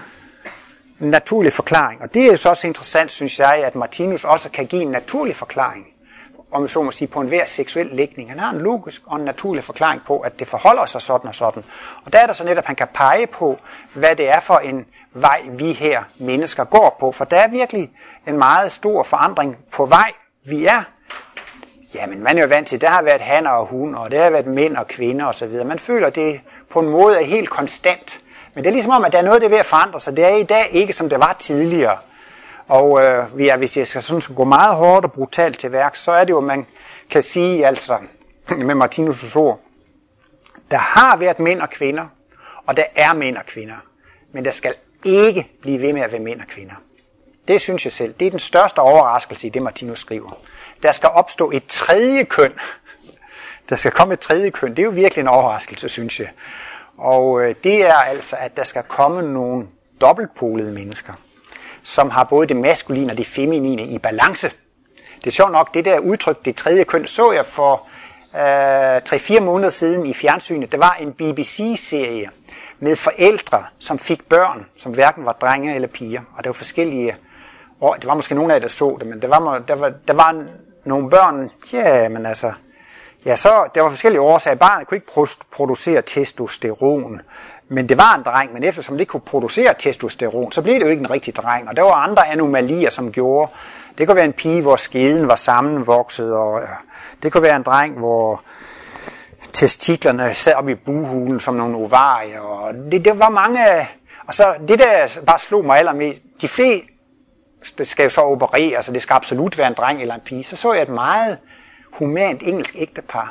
En naturlig forklaring. Og det er jo så også interessant, synes jeg, at Martinus også kan give en naturlig forklaring, om jeg så må sige, på enhver seksuel lægning. Han har en logisk og en naturlig forklaring på, at det forholder sig sådan og sådan. Og der er der så netop, at han kan pege på, hvad det er for en vej, vi her mennesker går på. For der er virkelig en meget stor forandring på vej, vi er. Jamen, man er jo vant til, der har været hanner og hunder, og der har været mænd og kvinder osv. Man føler, det på en måde er helt konstant. Men det er ligesom om, at der er noget, der er ved at forandre sig. Det er i dag ikke, som det var tidligere. Og øh, ja, hvis jeg skal sådan skal gå meget hårdt og brutalt til værk, så er det jo, man kan sige, altså med Martinus' ord, der har været mænd og kvinder, og der er mænd og kvinder. Men der skal ikke blive ved med at være mænd og kvinder. Det synes jeg selv. Det er den største overraskelse i det, Martinus skriver. Der skal opstå et tredje køn. Der skal komme et tredje køn. Det er jo virkelig en overraskelse, synes jeg. Og det er altså, at der skal komme nogle dobbeltpolede mennesker, som har både det maskuline og det feminine i balance. Det er sjovt nok, det der udtryk, det tredje køn, så jeg for øh, tre fire måneder siden i fjernsynet. Der var en B B C-serie med forældre, som fik børn, som hverken var drenge eller piger. Og der var forskellige, og det var måske nogle af jer, der så det, men der var, der var, der var nogle børn, ja, men altså... Ja, så der var forskellige årsager. Barnet kunne ikke producere testosteron, men det var en dreng, men eftersom det ikke kunne producere testosteron, så blev det jo ikke en rigtig dreng. Og der var andre anomalier, som gjorde. Det kunne være en pige, hvor skeden var sammenvokset, og det kunne være en dreng, hvor testiklerne sad op i buhulen som nogle ovarier. Og det, det var mange. Og så det der bare slog mig allermest. De fleste, det skal jo så opereres, så det skal absolut være en dreng eller en pige. Så så jeg et meget humant engelsk ægtepar.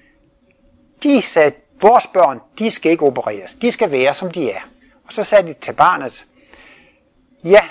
De sagde, vores børn, de skal ikke opereres. De skal være, som de er. Og så sagde de til barnet, ja,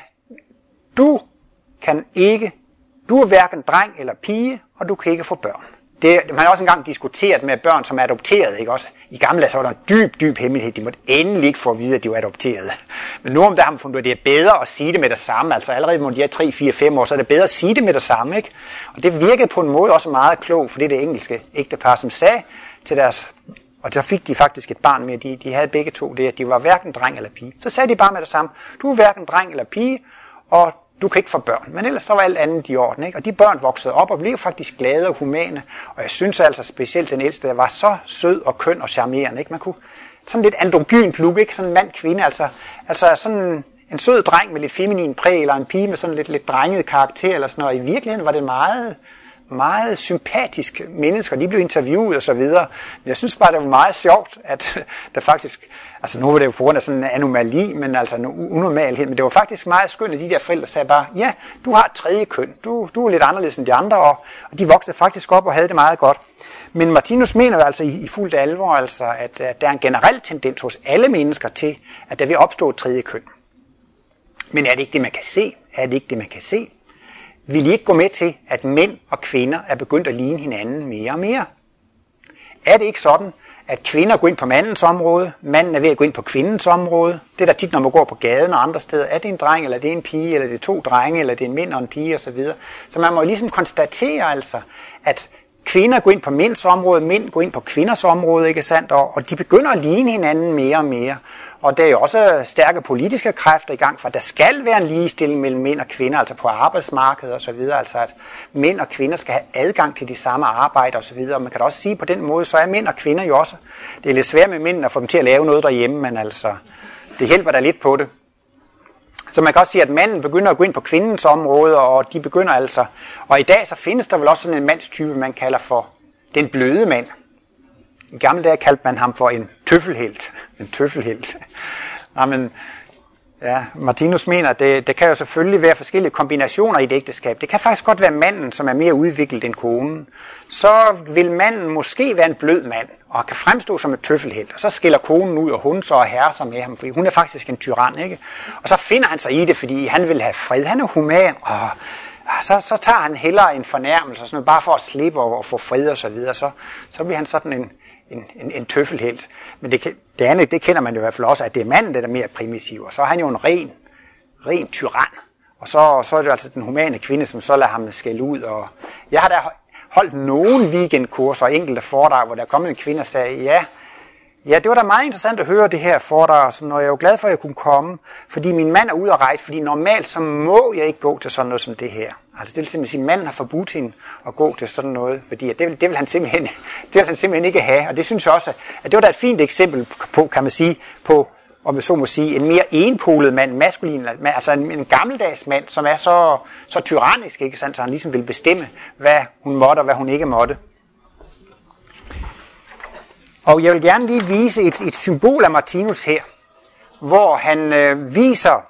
du kan ikke, du er hverken dreng eller pige, og du kan ikke få børn. Det, man har også engang diskuteret med børn, som er adopteret, ikke også? I gamle dage så var der en dyb, dyb hemmelighed. De måtte endelig ikke få at vide, at de var adopteret. Men nu om der har man fundet, at det er bedre at sige det med det samme. Altså allerede når de er tre, fire, fem år, så er det bedre at sige det med det samme, ikke? Og det virkede på en måde også meget klogt, for det er det engelske ægtepar, som sagde til deres... Og så fik de faktisk et barn med. De, de havde begge to det, at de var hverken dreng eller pige. Så sagde de bare med det samme, du er hverken dreng eller pige, og du kan ikke få børn. Men ellers så var alt andet i orden, ikke? Og de børn voksede op og blev faktisk glade og humane. Og jeg synes altså specielt den ældste, der var så sød og køn og charmerende, ikke? Man kunne sådan lidt androgynt look, ikke? Sådan en mand-kvinde, altså, altså sådan en sød dreng med lidt feminin præg, eller en pige med sådan lidt, lidt drenget karakter, eller sådan noget. I virkeligheden var det meget, meget sympatisk mennesker. De blev interviewet og så videre. Men jeg synes bare, det var meget sjovt, at der faktisk, altså nu var det jo på grund af sådan en anomali, men altså en unormalhed, men det var faktisk meget skønt, at de der forældre sagde bare, ja, du har et tredje køn, du, du er lidt anderledes end de andre, og, og de voksede faktisk op og havde det meget godt. Men Martinus mener jo altså i, i fuldt alvor, altså, at, at der er en generel tendens hos alle mennesker til, at der vil opstå et tredje køn. Men er det ikke det, man kan se? Er det ikke det, man kan se? Vil I ikke gå med til, at mænd og kvinder er begyndt at ligne hinanden mere og mere? Er det ikke sådan, at kvinder går ind på mandens område, manden er ved at gå ind på kvindens område? Det er der tit, når man går på gaden og andre steder. Er det en dreng, eller er det en pige, eller er det to drenge, eller er det en mænd og en pige osv.? Så man må jo ligesom konstatere altså, at kvinder går ind på mænds område, mænd går ind på kvinders område, ikke sandt? Og, og de begynder at ligne hinanden mere og mere. Og der er jo også stærke politiske kræfter i gang, for der skal være en ligestilling mellem mænd og kvinder, altså på arbejdsmarkedet og så videre. Altså at mænd og kvinder skal have adgang til de samme arbejder og så videre. Og man kan da også sige på den måde, så er mænd og kvinder jo også. Det er lidt svært med mænd at få dem til at lave noget derhjemme, men altså det hjælper da lidt på det. Så man kan også sige, at manden begynder at gå ind på kvindens område, og de begynder altså... Og i dag så findes der vel også sådan en mandstype, man kalder for den bløde mand. I gamle dage kaldte man ham for en tøffelhelt. En tøffelhelt. Nej, men... Ja, Martinus mener, at det, det kan jo selvfølgelig være forskellige kombinationer i et ægteskab. Det kan faktisk godt være manden, som er mere udviklet end konen. Så vil manden måske være en blød mand, og kan fremstå som et tøffelhelt. Og så skiller konen ud, og hun så herrer sig med ham, fordi hun er faktisk en tyran, ikke? Og så finder han sig i det, fordi han vil have fred. Han er human, og så, så tager han hellere en fornærmelse, sådan noget, bare for at slippe og, og få fred og så videre. Så, så bliver han sådan en... En, en, en tøffelhelt. Men det, det andet, det kender man jo i hvert fald også, at det er manden, der er mere primitiv. Og så er han jo en ren, ren tyran. Og så, så er det altså den humane kvinde, som så lader ham skælde ud. Og jeg har da holdt nogle weekendkurser og enkelte foredrag, hvor der kom en kvinde og sagde, ja, ja, det var da meget interessant at høre det her foredrag, så når jeg er jo glad for, at jeg kunne komme, fordi min mand er ude at rejse, fordi normalt så må jeg ikke gå til sådan noget som det her. Altså det vil simpelthen sige, at manden har forbudt hende at gå til sådan noget, fordi det vil, det vil, han, simpelthen, det vil han simpelthen ikke have. Og det synes jeg også, at det var da et fint eksempel på, kan man sige, på, om jeg så må sige, en mere enpolet mand, maskulin mand, altså en, en gammeldags mand, som er så, så tyrannisk, ikke sandt, så han ligesom vil bestemme, hvad hun måtte og hvad hun ikke måtte. Og jeg vil gerne lige vise et, et symbol af Martinus her, hvor han øh, viser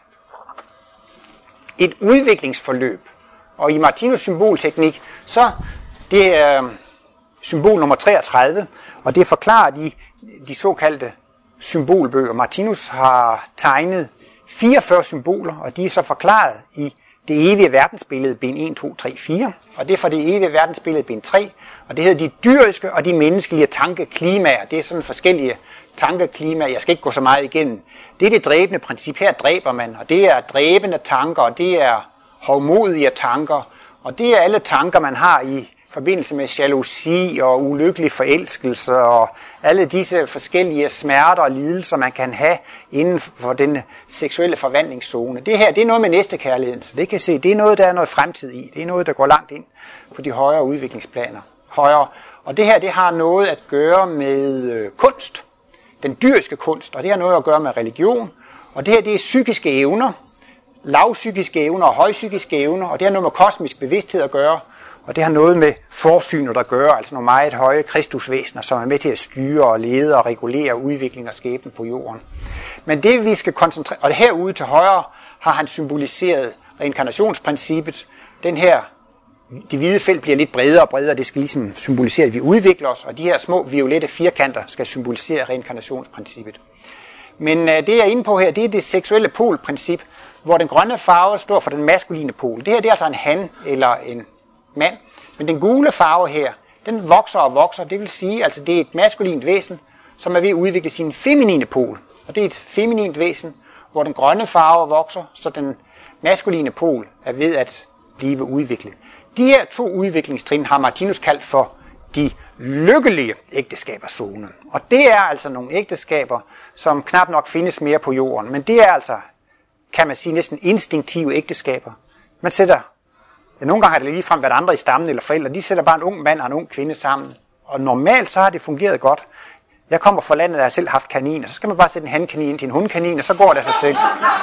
et udviklingsforløb. Og i Martinus' symbolteknik, så det er symbol nummer treogtredive, og det er forklaret i de såkaldte symbolbøger. Martinus har tegnet fireogfyrre symboler, og de er så forklaret i det evige verdensbillede, bind en, to, tre, fire, og det er fra det evige verdensbillede, bind tre, og det hedder de dyriske og de menneskelige tankeklimaer. Det er sådan forskellige tankeklimaer, jeg skal ikke gå så meget igennem. Det er det dræbende princip, her dræber man, og det er dræbende tanker, og det er hovmodige tanker, og det er alle tanker, man har i forbindelse med jalousi og ulykkelig forelskelse og alle disse forskellige smerter og lidelser, man kan have inden for den seksuelle forvandlingszone. Det her, det er noget med næstekærligheden, så det kan I se, det er noget, der er noget fremtid i. Det er noget, der går langt ind på de højere udviklingsplaner. Højere. Og det her, det har noget at gøre med øh, kunst, den dyriske kunst, og det har noget at gøre med religion. Og det her, det er psykiske evner, lavpsykiske evner og højpsykiske evner, og det har noget med kosmisk bevidsthed at gøre. Og det har noget med forsynet at gøre, altså nogle meget høje kristusvæsener, som er med til at styre og lede og regulere udvikling og skæbne på jorden. Men det vi skal koncentrere, og herude til højre har han symboliseret reinkarnationsprincippet. Den her, det hvide felt bliver lidt bredere og bredere, det skal ligesom symbolisere, at vi udvikler os, og de her små violette firkanter skal symbolisere reinkarnationsprincippet. Men uh, det jeg er inde på her, det er det seksuelle polprincip, hvor den grønne farve står for den maskuline pol. Det her det er altså en han eller en mand. Men den gule farve her, den vokser og vokser. Det vil sige, altså det er et maskulint væsen, som er ved at udvikle sin feminine pol. Og det er et feminint væsen, hvor den grønne farve vokser, så den maskuline pol er ved at blive udviklet. De her to udviklingstrin har Martinus kaldt for de lykkelige ægteskaberzone. Og det er altså nogle ægteskaber, som knap nok findes mere på jorden. Men det er altså, kan man sige, næsten instinktive ægteskaber. Man sætter Ja, nogle gange har det ligefrem været andre i stammen eller forældre. De sætter bare en ung mand og en ung kvinde sammen. Og normalt så har det fungeret godt. Jeg kommer fra landet, og jeg har selv haft kaniner. Så skal man bare sætte en hankanin til en hundkanin, og så går det af sig selv.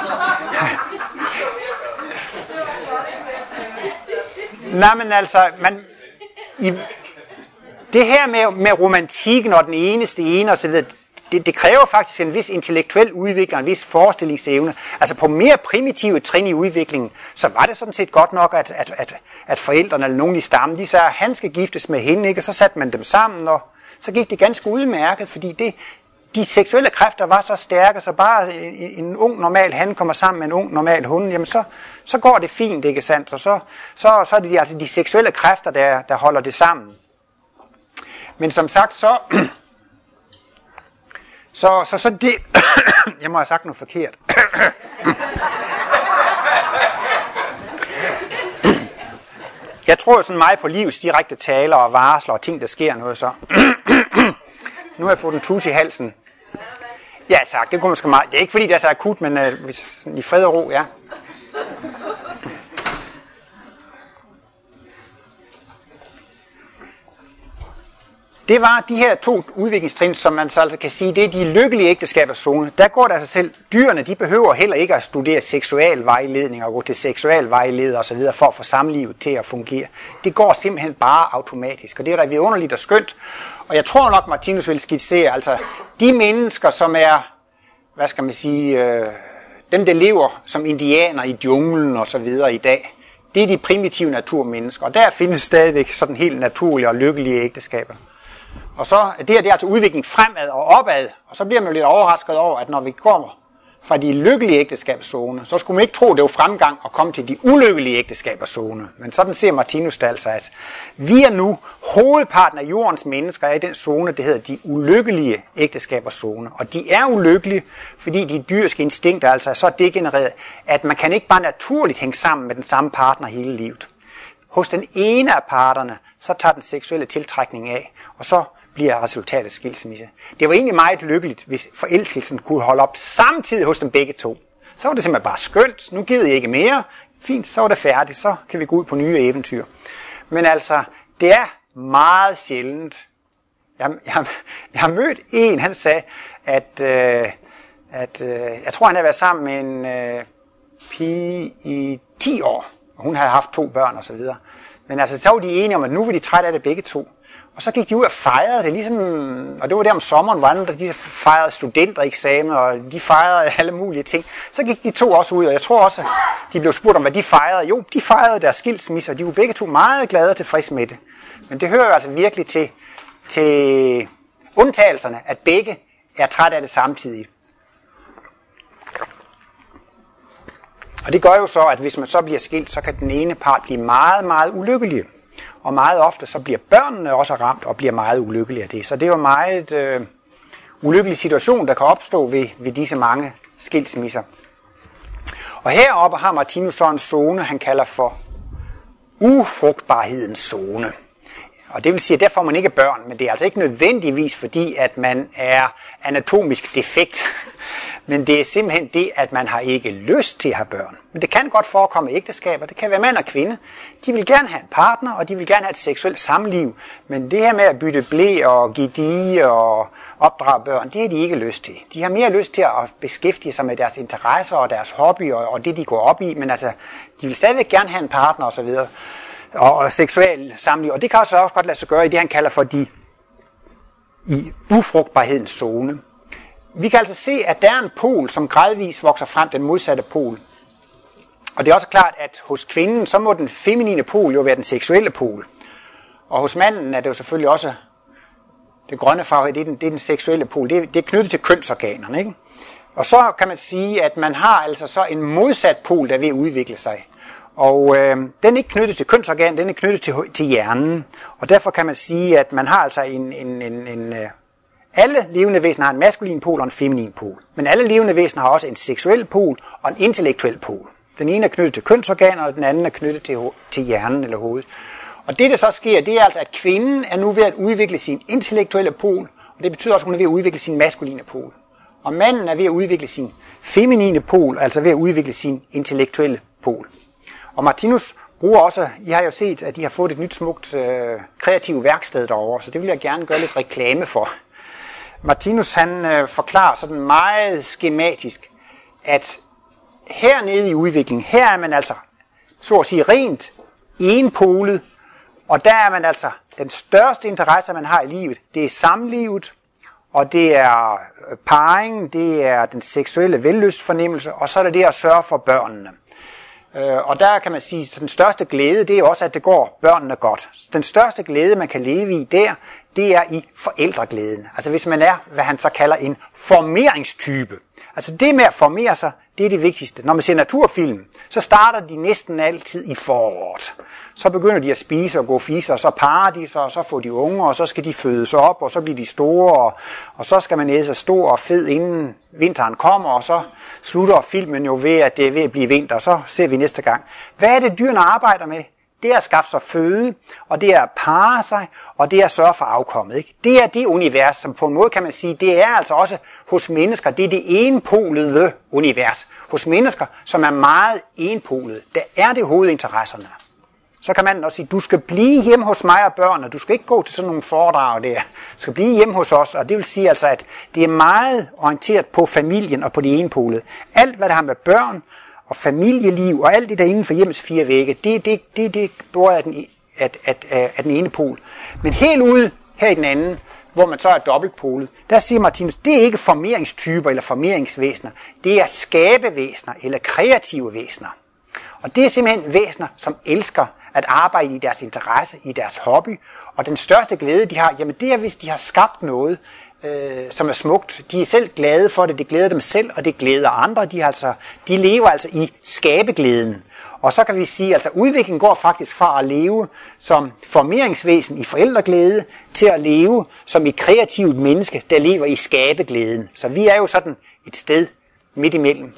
Nej, men altså, man, i, det her med, med romantikken og den eneste ene og så videre, Det, det kræver faktisk en vis intellektuel udvikling, en vis forestillingsevne. Altså på mere primitive trin i udviklingen, så var det sådan set godt nok, at, at, at, at forældrene eller nogen i stammen, de sagde, at han skal giftes med hende, ikke? Og så satte man dem sammen, og så gik det ganske udmærket, fordi det, de seksuelle kræfter var så stærke, så bare en, en ung normal han kommer sammen med en ung normal hund, jamen så, så går det fint, ikke sandt? Og så, så, så er det altså de seksuelle kræfter, der, der holder det sammen. Men som sagt, så... Så, så, så det... Jeg må have sagt noget forkert. Jeg tror sådan meget på livets direkte taler og varsler og ting, der sker noget så. Nu har jeg fået en tus i halsen. Ja tak, det kunne måske meget. Det er ikke fordi, det er så akut, men uh, i fred og ro, ja. det var de her to udviklingstrin, som man så altså kan sige, det er de lykkelige ægteskabers zone. Der går det altså selv. Dyrene, de behøver heller ikke at studere seksualvejledning og gå til seksualvejleder osv. for at få samlivet til at fungere. Det går simpelthen bare automatisk, og det er da vidunderligt og skønt. Og jeg tror nok, Martinus vil skitsere, altså de mennesker, som er, hvad skal man sige, øh, dem der lever som indianer i junglen og så videre i dag, det er de primitive naturmennesker, og der findes stadigvæk sådan helt naturlige og lykkelige ægteskaber. Og så det her, det er altså udvikling fremad og opad, og så bliver man jo lidt overrasket over, at når vi kommer fra de lykkelige ægteskabszone, så skulle man ikke tro, det var fremgang at komme til de ulykkelige ægteskabszone. Men sådan ser Martinus det altså, at vi er nu, hovedparten af jordens mennesker er i den zone, det hedder de ulykkelige ægteskabszone. Og de er ulykkelige, fordi de dyriske instinkter altså er så degenereret, at man kan ikke bare naturligt hænge sammen med den samme partner hele livet. Hos den ene af parterne, så tager den seksuelle tiltrækning af, og så bliver resultatet skilsmisse. Det var egentlig meget lykkeligt, hvis forelskelsen kunne holde op samtidig hos dem begge to. Så var det simpelthen bare skønt. Nu gider jeg ikke mere. Fint, så var det færdigt. Så kan vi gå ud på nye eventyr. Men altså, det er meget sjældent. Jeg, jeg, jeg har mødt en, han sagde, at, øh, at øh, jeg tror, han havde været sammen med en øh, pige i ti år. Og hun havde haft to børn og så videre. Men altså, så var de enige om, at nu var de trætte af det begge to. Og så gik de ud og fejrede det, ligesom, og det var der om sommeren, hvor andre de fejrede studentereksamen, og de fejrede alle mulige ting. Så gik de to også ud, og jeg tror også, at de blev spurgt om, hvad de fejrede. Jo, de fejrede deres skilsmisse, og de var begge to meget glade og tilfredse med det. Men det hører jo altså virkelig til, til undtagelserne, at begge er trætte af det samtidig. Og det gør jo så, at hvis man så bliver skilt, så kan den ene part blive meget, meget ulykkelig. Og meget ofte så bliver børnene også ramt og bliver meget ulykkelige af det. Så det er jo en meget øh, ulykkelig situation, der kan opstå ved, ved disse mange skilsmisser. Og heroppe har Martinus så en zone, han kalder for ufrugtbarhedens zone. Og det vil sige, at der får man ikke børn, men det er altså ikke nødvendigvis fordi, at man er anatomisk defekt. Men det er simpelthen det, at man har ikke lyst til at have børn. Men det kan godt forekomme i ægteskaber. Det kan være mand og kvinde. De vil gerne have en partner, og de vil gerne have et seksuelt samliv. Men det her med at bytte blæ og give dige og opdrage børn, det har de ikke lyst til. De har mere lyst til at beskæftige sig med deres interesser og deres hobby og, og det, de går op i. Men altså, de vil stadigvæk gerne have en partner osv. Og, og seksuel samliv. Og det kan også godt lade sig gøre i det, han kalder for de i ufrugtbarhedens zone. Vi kan altså se, at der er en pol, som gradvist vokser frem, den modsatte pol. Og det er også klart, at hos kvinden, så må den feminine pol jo være den seksuelle pol. Og hos manden er det jo selvfølgelig også det grønne farve, det er den, det er den seksuelle pol. Det er, det er knyttet til kønsorganerne, ikke? Og så kan man sige, at man har altså så en modsat pol, der er ved at udvikle sig. Og øh, den er ikke knyttet til kønsorganet, den er knyttet til, til hjernen. Og derfor kan man sige, at man har altså en... en, en, en alle levende væsener har en maskulin pol og en feminin pol. Men alle levende væsener har også en seksuel pol og en intellektuel pol. Den ene er knyttet til kønsorganer, og den anden er knyttet til, til hjernen eller hovedet. Og det, der så sker, det er altså, at kvinden er nu ved at udvikle sin intellektuelle pol, og det betyder også, at hun er ved at udvikle sin maskuline pol. Og manden er ved at udvikle sin feminine pol, altså ved at udvikle sin intellektuelle pol. Og Martinus bruger også, I har jo set, at de har fået et nyt smukt øh, kreativt værksted derovre, så det vil jeg gerne gøre lidt reklame for. Martinus han øh, forklarer sådan meget skematisk, at hernede i udviklingen, her er man altså, så at sige, rent enpolet, og der er man altså, den største interesse, man har i livet, det er samlivet, og det er parringen, det er den seksuelle vellystfornemmelse, og så er det det at sørge for børnene. Og der kan man sige, at den største glæde, det er også, at det går børnene godt. Den største glæde, man kan leve i der, det er i forældreglæden. Altså hvis man er, hvad han så kalder en formeringstype. Altså det med at formere sig, det er det vigtigste. Når man ser naturfilm, så starter de næsten altid i foråret. Så begynder de at spise og gå fiser, og så parer de sig, og så får de unger, og så skal de fødes op, og så bliver de store, og, og så skal man æde sig stor og fed, inden vinteren kommer, og så slutter filmen jo ved, at det er ved at blive vinter, og så ser vi næste gang. Hvad er det, dyrene arbejder med? Det er at skaffe sig føde, og det er at parre sig, og det er at sørge for afkommet. Ikke? Det er det univers, som på en måde kan man sige, det er altså også hos mennesker, det er det enpolede univers. Hos mennesker, som er meget enpolede, der er det hovedinteresserne. så kan man også sige, du skal blive hjemme hos mig og børnene, du skal ikke gå til sådan nogle foredrag der, du skal blive hjemme hos os, og det vil sige altså, at det er meget orienteret på familien og på det ene pole. Alt, hvad der har med børn og familieliv og alt det der inden for hjemmets fire vægge, det er det, det, det både af den, at, at, at, at den ene pol. Men helt ude her i den anden, hvor man så er dobbeltpolet, der siger Martinus, det er ikke formeringstyper eller formeringsvæsener, det er skabevæsener eller kreative væsener. Og det er simpelthen væsener, som elsker at arbejde i deres interesse, i deres hobby, og den største glæde, de har, jamen det er, hvis de har skabt noget, øh, som er smukt. De er selv glade for det, det glæder dem selv, og det glæder andre. De, altså, de lever altså i skabeglæden. Og så kan vi sige, at altså, udviklingen går faktisk fra at leve som formeringsvæsen i forældreglæde, til at leve som et kreativt menneske, der lever i skabeglæden. Så vi er jo sådan et sted midt imellem.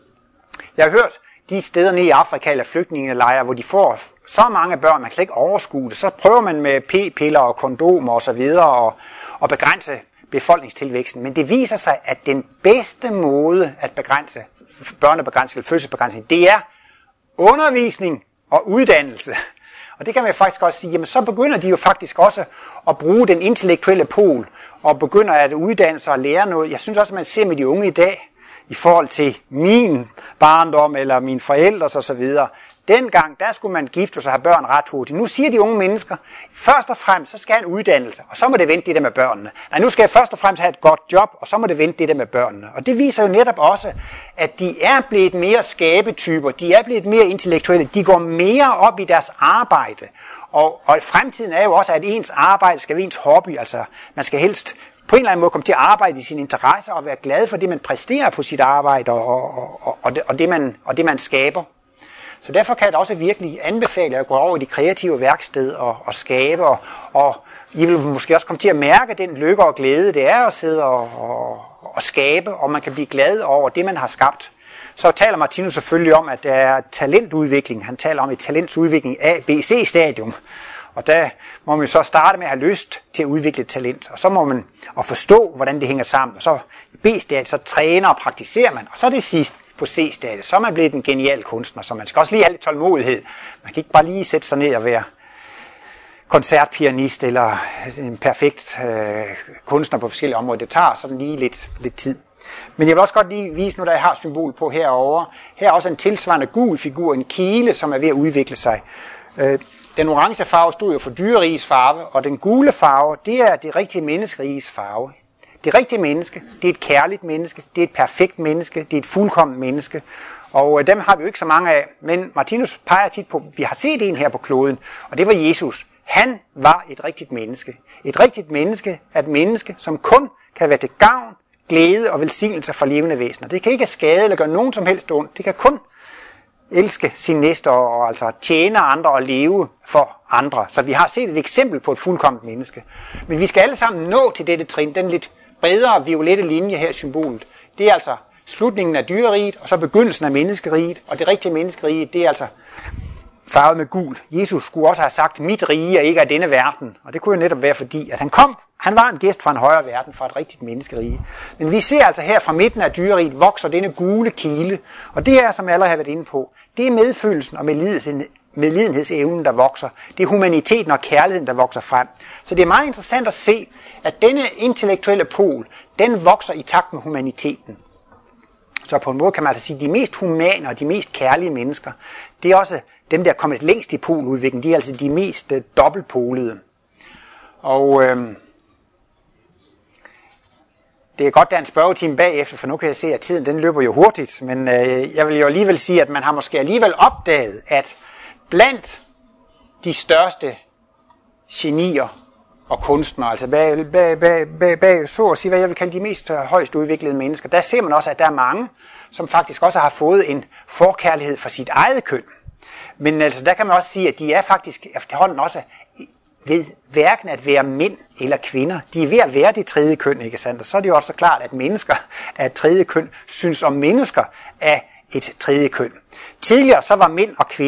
Jeg har hørt de steder nede i Afrika eller flygtningelejre, hvor de får så mange børn, man kan ikke overskue det, så prøver man med p-piller og kondomer og så videre og, og begrænse befolkningstilvæksten. Men det viser sig, at den bedste måde at begrænse børnebegrænsning eller fødselsbegrænsning, det er undervisning og uddannelse. Og det kan man faktisk også sige, jamen så begynder de jo faktisk også at bruge den intellektuelle pol og begynder at uddanne sig og lære noget. Jeg synes også, at man ser med de unge i dag, i forhold til min barndom eller mine forældres og så videre. Dengang, der skulle man gifte sig og have børn ret hurtigt. Nu siger de unge mennesker, først og fremmest, så skal jeg have en uddannelse, og så må det vente det der med børnene. Nej, nu skal jeg først og fremmest have et godt job, og så må det vente det der med børnene. Og det viser jo netop også, at de er blevet mere skabetyper, de er blevet mere intellektuelle, de går mere op i deres arbejde. Og, og fremtiden er jo også, at ens arbejde skal være ens hobby, altså man skal helst på en eller anden måde komme til at arbejde i sine interesser og være glad for det, man præsterer på sit arbejde og, og, og, og, det, og, det, man, og det, man skaber. Så derfor kan jeg da også virkelig anbefale at gå over i de kreative værksted og, og skabe, og, og I vil måske også komme til at mærke den lykke og glæde, det er at sidde og, og, og skabe, og man kan blive glad over det, man har skabt. Så taler Martinus selvfølgelig om, at der er talentudvikling. Han taler om et talentsudvikling A, B, C-stadium. Og der må man så starte med at have lyst til at udvikle et talent, og så må man at forstå, hvordan det hænger sammen. Og så i B-stadiet, så træner og praktiserer man, og så det sidst på C-stadiet, så er man blevet en genial kunstner, så man skal også lige have lidt tålmodighed. Man kan ikke bare lige sætte sig ned og være koncertpianist eller en perfekt øh, kunstner på forskellige områder. Det tager sådan lige lidt, lidt tid. Men jeg vil også godt lige vise nu, der jeg har symbol på herovre. Her er også en tilsvarende gul figur, en kile, som er ved at udvikle sig. Øh, Den orange farve stod jo for dyreriges farve, og den gule farve, det er det rigtige menneskeriges farve. Det rigtige menneske, det er et kærligt menneske, det er et perfekt menneske, det er et fuldkomment menneske. Og dem har vi jo ikke så mange af, men Martinus peger tit på, vi har set en her på kloden, og det var Jesus. Han var et rigtigt menneske. Et rigtigt menneske er et menneske, som kun kan være til gavn, glæde og velsignelse for levende væsener. Det kan ikke skade eller gøre nogen som helst ondt. Det kan kun elske sin næste og altså tjene andre og leve for andre. Så vi har set et eksempel på et fuldkomment menneske. Men vi skal alle sammen nå til dette trin, den lidt bredere violette linje her i symbolet. Det er altså slutningen af dyreriget, og så begyndelsen af menneskeriget. Og det rigtige menneskerige, det er altså farvet med gul. Jesus skulle også have sagt, mit rige er ikke af denne verden. Og det kunne jo netop være fordi, at han kom, han var en gæst fra en højere verden, fra et rigtigt menneskerige. Men vi ser altså her fra midten af dyreriget vokser denne gule kile. Og det er, som jeg allerede har været inde på, det er medfølelsen og medlidenhedsevnen, der vokser. Det er humaniteten og kærligheden, der vokser frem. Så det er meget interessant at se, at denne intellektuelle pol, den vokser i takt med humaniteten. Så på en måde kan man altså sige, at de mest humane og de mest kærlige mennesker, det er også dem, der er kommet længst i poludviklingen. De er altså de mest øh, dobbeltpolede. Og øh, det er godt, der er en spørgetime bagefter, for nu kan jeg se, at tiden den løber jo hurtigt. Men øh, jeg vil jo alligevel sige, at man har måske alligevel opdaget, at blandt de største genier og kunstnere, altså bag, bag, bag, bag, bag så at sige, hvad jeg vil kalde de mest højst udviklede mennesker, der ser man også, at der er mange, som faktisk også har fået en forkærlighed for sit eget køn. Men altså, der kan man også sige, at de er faktisk efterhånden også ved hverken at være mænd eller kvinder. De er ved at være det tredje køn, ikke sandt? Og så er det jo også klart, at mennesker af et tredje køn synes om mennesker af et tredje køn. Tidligere så var mænd og kvinder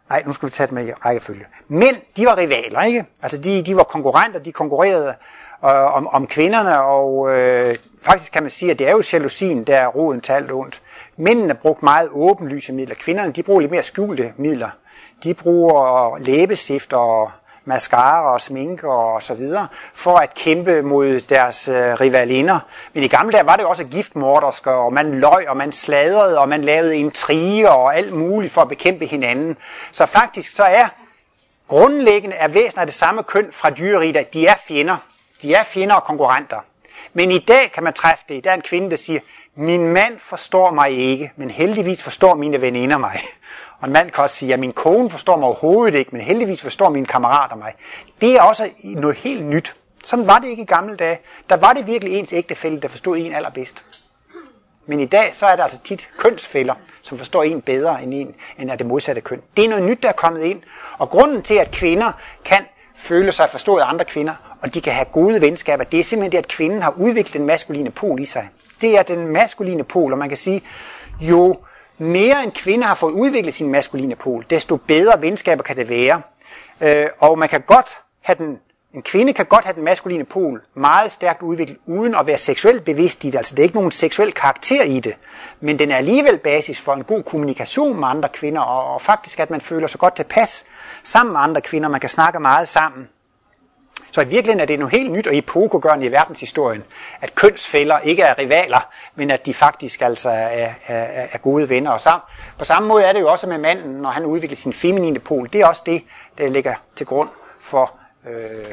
Nej, nu skal vi tage det med i rækkefølge. Mænd, de var rivaler, ikke? Altså, de, de var konkurrenter, de konkurrerede øh, om, om kvinderne, og øh, faktisk kan man sige, at det er jo jalousien, der er roden til alt ondt. Mændene brugte meget åbenlyse midler. Kvinderne, de bruger lidt mere skjulte midler. De bruger læbestift og mascara og sminke og så videre, for at kæmpe mod deres øh, rivalinder. Men i gamle dage var det jo også giftmordersker, og man løg, og man sladrede, og man lavede intriger og alt muligt for at bekæmpe hinanden. Så faktisk så er grundlæggende af væsener af det samme køn fra dyreriget, at de er fjender. De er fjender og konkurrenter. Men i dag kan man træffe det. Der er en kvinde, der siger, min mand forstår mig ikke, men heldigvis forstår mine veninder mig. Og en mand kan også sige, at min kone forstår mig overhovedet ikke, men heldigvis forstår mine kammerater mig. Det er også noget helt nyt. Sådan var det ikke i gamle dage. Der var det virkelig ens ægtefælle, der forstod en allerbedst. Men i dag så er der altså tit kønsfæller, som forstår en bedre end en, end af det modsatte køn. Det er noget nyt, der er kommet ind. Og grunden til, at kvinder kan føle sig forstået af andre kvinder, og de kan have gode venskaber, det er simpelthen det, at kvinden har udviklet den maskuline pol i sig. Det er den maskuline pol, og man kan sige, jo mere en kvinde har fået udviklet sin maskuline pol, desto bedre venskaber kan det være. Øh, og man kan godt have den, en kvinde kan godt have den maskuline pol meget stærkt udviklet, uden at være seksuelt bevidst i det. Altså det er ikke nogen seksuel karakter i det, men den er alligevel basis for en god kommunikation med andre kvinder, og, og faktisk at man føler sig godt tilpas sammen med andre kvinder, man kan snakke meget sammen. Så i virkeligheden er det noget helt nyt og epokegørende i verdenshistorien, at kønsfæller ikke er rivaler, men at de faktisk altså er, er, er gode venner. Og sammen. På samme måde er det jo også med manden, når han udvikler sin feminine pol. Det er også det, der ligger til grund for øh,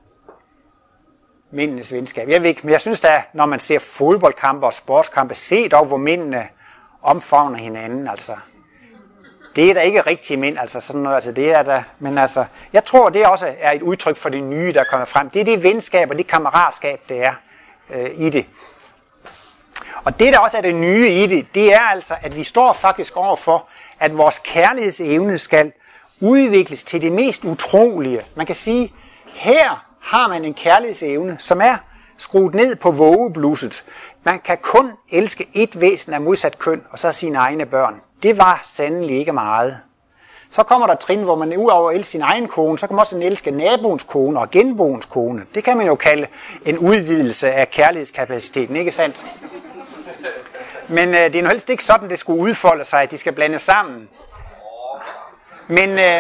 mændenes venskab. Jeg ved ikke, men jeg synes da, når man ser fodboldkampe og sportskampe, se dog, hvor mændene omfavner hinanden, altså. Det er da ikke rigtige mænd, altså sådan noget, altså det er der, men altså, jeg tror, det også er et udtryk for det nye, der kommer frem. Det er det venskab og det kammeratskab, det er øh, i det. Og det, der også er det nye i det, det er altså, at vi står faktisk overfor, at vores kærlighedsevne skal udvikles til det mest utrolige. Man kan sige, her har man en kærlighedsevne, som er skruet ned på vågeblusset. Man kan kun elske ét væsen af modsat køn, og så sine egne børn. Det var sandelig ikke meget. Så kommer der trin, hvor man udover at elske sin egen kone, så kan man også elske naboens kone og genboens kone. Det kan man jo kalde en udvidelse af kærlighedskapaciteten, ikke sandt? Men øh, det er nu helst ikke sådan, det skulle udfolde sig, at de skal blande sammen. Men øh,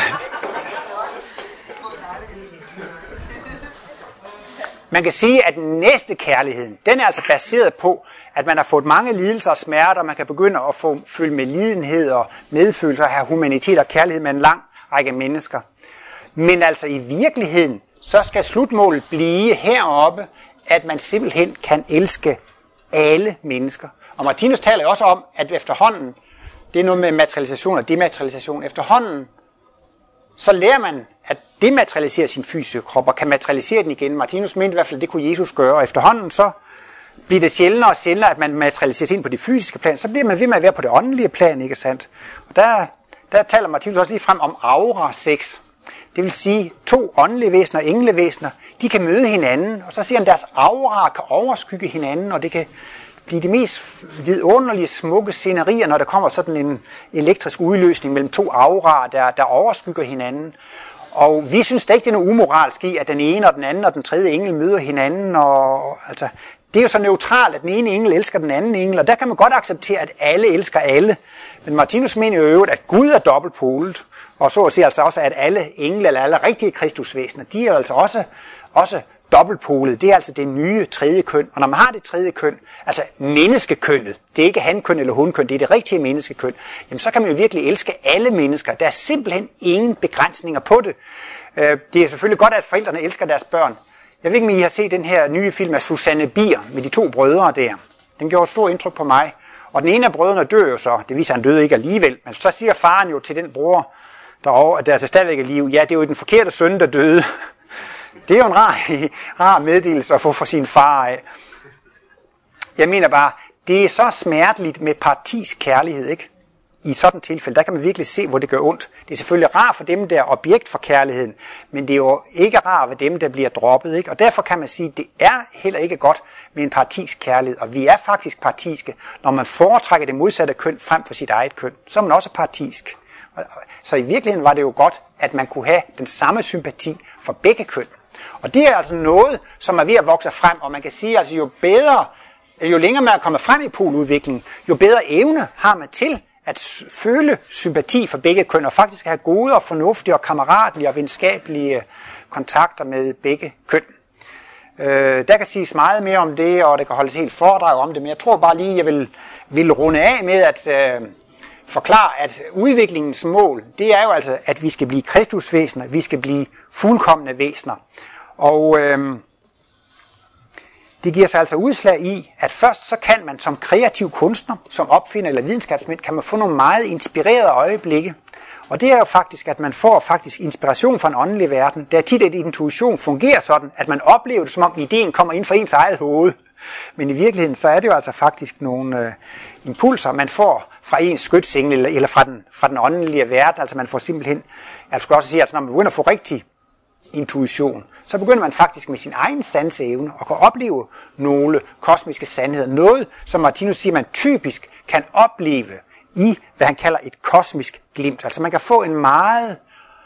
man kan sige, at den næste kærligheden, den er altså baseret på, at man har fået mange lidelser og smerter, og man kan begynde at få følge med lidenhed og medfølelse og have humanitet og kærlighed med en lang række mennesker. Men altså i virkeligheden, så skal slutmålet blive heroppe, at man simpelthen kan elske alle mennesker. Og Martinus taler jo også om, at efterhånden, det er noget med materialisation og dematerialisation, efterhånden, så lærer man at dematerialisere sin fysiske krop og kan materialisere den igen. Martinus mente i hvert fald, at det kunne Jesus gøre, og efterhånden så bliver det sjældnere og sjældnere, at man materialiseres ind på det fysiske plan, så bliver man ved med at være på det åndelige plan, ikke sandt? Og der, der taler Martinus også lige frem om aura-sex. Det vil sige, to åndelige væsener og englevæsener, de kan møde hinanden, og så siger han, at deres aura kan overskygge hinanden, og det kan blive de mest vidunderlige, smukke scenerier, når der kommer sådan en elektrisk udløsning mellem to auraer, der, der overskygger hinanden. Og vi synes da ikke, det er noget umoralsk i, at den ene og den anden og den tredje engel møder hinanden. Og, altså, det er jo så neutralt, at den ene engel elsker den anden engel, og der kan man godt acceptere, at alle elsker alle. Men Martinus mener jo øvrigt, at Gud er dobbeltpolet, og så at sige altså også, at alle engle eller alle rigtige kristusvæsener, de er altså også, også dobbeltpolet. Det er altså det nye tredje køn. Og når man har det tredje køn, altså menneskekønnet, det er ikke hankøn eller hunkøn, det er det rigtige menneskekøn, jamen så kan man jo virkelig elske alle mennesker. Der er simpelthen ingen begrænsninger på det. Det er selvfølgelig godt, at forældrene elsker deres børn. Jeg ved ikke, om I har set den her nye film af Susanne Bier med de to brødre der. Den gjorde et stort indtryk på mig. Og den ene af brødrene dør jo så. Det viser, han døde ikke alligevel. Men så siger faren jo til den bror, der, over, der altså stadigvæk er liv, ja, det er jo den forkerte søn, der døde. Det er jo en rar, rar meddelelse at få fra sin far af. Jeg mener bare, det er så smerteligt med partisk kærlighed, ikke? I sådan et tilfælde, der kan man virkelig se, hvor det gør ondt. Det er selvfølgelig rart for dem, der er objekt for kærligheden, men det er jo ikke rart for dem, der bliver droppet, ikke? Og derfor kan man sige, at det er heller ikke godt med en partisk kærlighed. Og vi er faktisk partiske. Når man foretrækker det modsatte køn frem for sit eget køn, så er man også partisk. Så i virkeligheden var det jo godt, at man kunne have den samme sympati for begge køn. Og det er altså noget, som er ved at vokse frem, og man kan sige, altså jo bedre, jo længere man er kommet frem i poludviklingen, jo bedre evne har man til at føle sympati for begge køn, og faktisk have gode og fornuftige og kammeratlige og venskabelige kontakter med begge køn. Øh, der kan siges meget mere om det, og der kan holdes helt foredrag om det, men jeg tror bare lige, jeg vil, vil runde af med at øh, forklare, at udviklingens mål, det er jo altså, at vi skal blive kristusvæsener, vi skal blive fuldkomne væsener. Og øh, det giver sig altså udslag i, at først så kan man som kreativ kunstner, som opfinder eller videnskabsmænd, kan man få nogle meget inspirerede øjeblikke. Og det er jo faktisk, at man får faktisk inspiration fra en åndelig verden. Det er tit, at intuition fungerer sådan, at man oplever det, som om ideen kommer ind fra ens eget hoved. Men i virkeligheden, så er det jo altså faktisk nogle øh, impulser, man får fra ens skytsengel eller, eller fra, den, fra den åndelige verden. Altså man får simpelthen, jeg skulle også sige, at når man begynder at få rigtig intuition, så begynder man faktisk med sin egen sanseevne og kan opleve nogle kosmiske sandheder. Noget, som Martinus siger, man typisk kan opleve i, hvad han kalder et kosmisk glimt. Altså man kan få en meget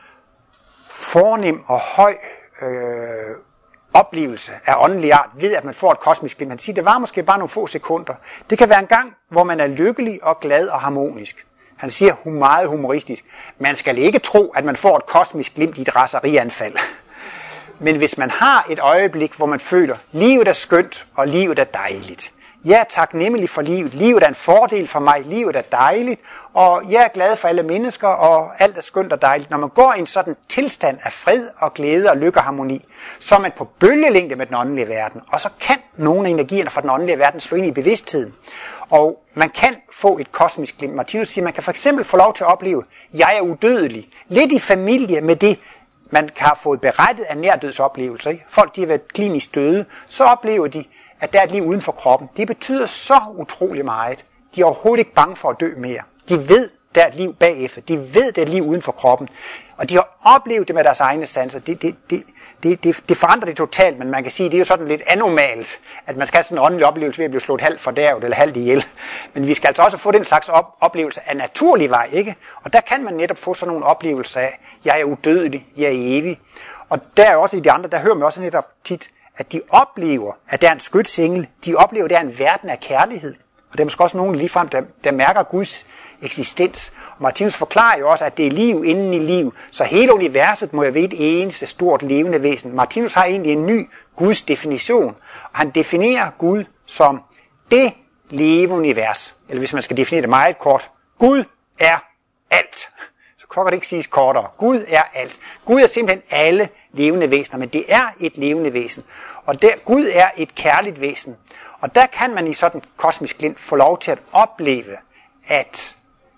fornem og høj øh, oplevelse af åndelig art ved, at man får et kosmisk glimt. Han siger, det var måske bare nogle få sekunder. Det kan være en gang, hvor man er lykkelig og glad og harmonisk. Han siger meget humoristisk, man skal ikke tro, at man får et kosmisk glimt i et raserianfald. Men hvis man har et øjeblik, hvor man føler, livet er skønt og livet er dejligt. Jeg er taknemmelig for livet. Livet er en fordel for mig. Livet er dejligt. Og jeg er glad for alle mennesker, og alt er skønt og dejligt. Når man går i en sådan tilstand af fred og glæde og lykke og harmoni, så er man på bølgelængde med den åndelige verden. Og så kan nogle af energierne fra den åndelige verden slå ind i bevidstheden. Og man kan få et kosmisk glimt. Martinus siger, man kan for eksempel få lov til at opleve, jeg er udødelig. Lidt i familie med det, man har fået berettet af nærdødsoplevelser. Ikke? Folk, de har været klinisk døde, så oplever de, at der er et liv uden for kroppen. Det betyder så utrolig meget. De er overhovedet ikke bange for at dø mere. De ved, der er et liv bagefter. De ved, der er et liv uden for kroppen. Og de har oplevet det med deres egne sanser. Det, det, det, det, det, det forandrer det totalt, men man kan sige, det er jo sådan lidt anormalt, at man skal have sådan en åndelig oplevelse ved at blive slået halvt fordærvet eller halvt ihjel. Men vi skal altså også få den slags op- oplevelse af naturlig vej, ikke? Og der kan man netop få sådan nogle oplevelser af, jeg er udødelig, jeg er evig. Og der er også i de andre, der hører man også netop tit, at de oplever, at der er en skytsengel. De oplever, at der er en verden af kærlighed. Og der er måske også nogen ligefrem, der, der mærker Guds eksistens. Og Martinus forklarer jo også, at det er liv inden i liv. Så hele universet må jo være et eneste stort levende væsen. Martinus har egentlig en ny Guds definition. Og han definerer Gud som det levende univers. Eller hvis man skal definere det meget kort. Gud er alt. Så kan det ikke siges kortere. Gud er alt. Gud er simpelthen alle levende væsener, men det er et levende væsen. Og der, Gud er et kærligt væsen. Og der kan man i sådan kosmisk glimt få lov til at opleve, at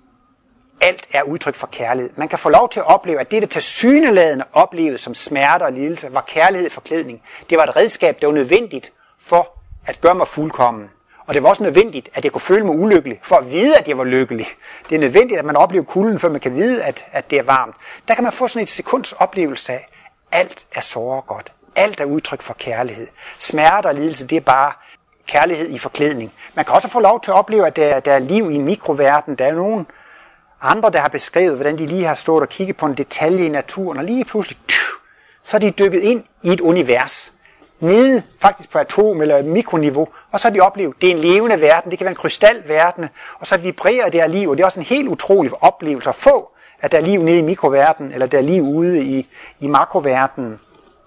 alt er udtryk for kærlighed. Man kan få lov til at opleve, at det, der tilsyneladende oplevede som smerte og lidelse, var kærlighed for klædning. Det var et redskab, der var nødvendigt for at gøre mig fuldkommen. Og det var også nødvendigt, at jeg kunne føle mig ulykkelig, for at vide, at jeg var lykkelig. Det er nødvendigt, at man oplever kulden, før man kan vide, at, at det er varmt. Der kan man få sådan et sekunds oplevelse af, alt er såre godt. Alt er udtryk for kærlighed. Smerte og lidelse, det er bare kærlighed i forklædning. Man kan også få lov til at opleve, at der, der er liv i en mikroverden. Der er nogen andre, der har beskrevet, hvordan de lige har stået og kigget på en detalje i naturen, og lige pludselig, så er de dykket ind i et univers. Nede faktisk på atom- eller mikroniveau, og så har de oplevet, det er en levende verden, det kan være en krystalverden, og så vibrerer det her liv, og det er også en helt utrolig oplevelse at få, at der er liv nede i mikroverdenen, eller der er liv ude i, i makroverdenen.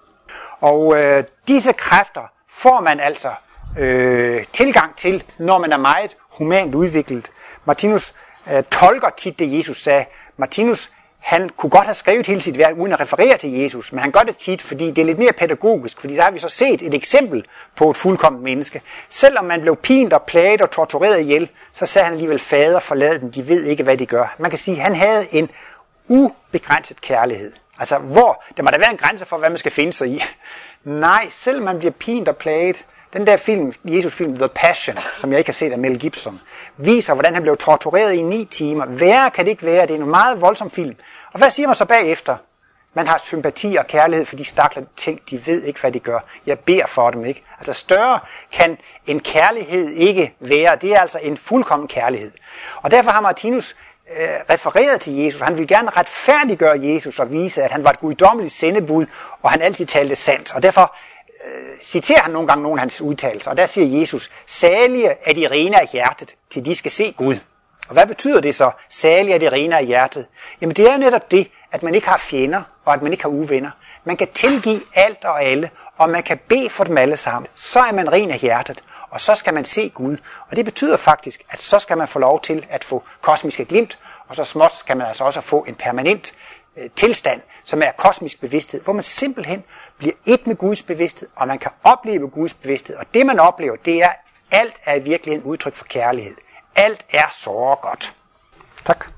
Og øh, disse kræfter får man altså øh, tilgang til, når man er meget humant udviklet. Martinus øh, tolker tit det, Jesus sagde. Martinus, han kunne godt have skrevet hele sit værk uden at referere til Jesus, men han gør det tit, fordi det er lidt mere pædagogisk, fordi der har vi så set et eksempel på et fuldkomment menneske. Selvom man blev pint og plaget og tortureret ihjel, så sagde han alligevel, fader, forlad dem, de ved ikke, hvad de gør. Man kan sige, at han havde en ubegrænset kærlighed. Altså, hvor, der må der være en grænse for, hvad man skal finde sig i. Nej, selvom man bliver pint og plaget, den der film, Jesus-film The Passion, som jeg ikke har set af Mel Gibson, viser, hvordan han blev tortureret i ni timer. Værre kan det ikke være, det er en meget voldsom film. Og hvad siger man så bagefter? Man har sympati og kærlighed for de stakler ting, de ved ikke, hvad de gør. Jeg beder for dem, ikke? Altså større kan en kærlighed ikke være. Det er altså en fuldkommen kærlighed. Og derfor har Martinus øh, refererede til Jesus. Han ville gerne retfærdiggøre Jesus og vise, at han var et guddommeligt sendebud, og han altid talte sandt. Og derfor øh, citerer han nogle gange nogle af hans udtalelser, og der siger Jesus, salige er de rene af hjertet, til de skal se Gud. Og hvad betyder det så, salige er de rene af hjertet? Jamen det er jo netop det, at man ikke har fjender, og at man ikke har uvenner. Man kan tilgive alt og alle, og man kan bede for dem alle sammen. Så er man ren af hjertet, og så skal man se Gud. Og det betyder faktisk, at så skal man få lov til at få kosmiske glimt, og så småt skal man altså også få en permanent øh, tilstand, som er kosmisk bevidsthed, hvor man simpelthen bliver et med Guds bevidsthed, og man kan opleve Guds bevidsthed. Og det man oplever, det er, alt er i virkeligheden udtryk for kærlighed. Alt er så godt. Tak.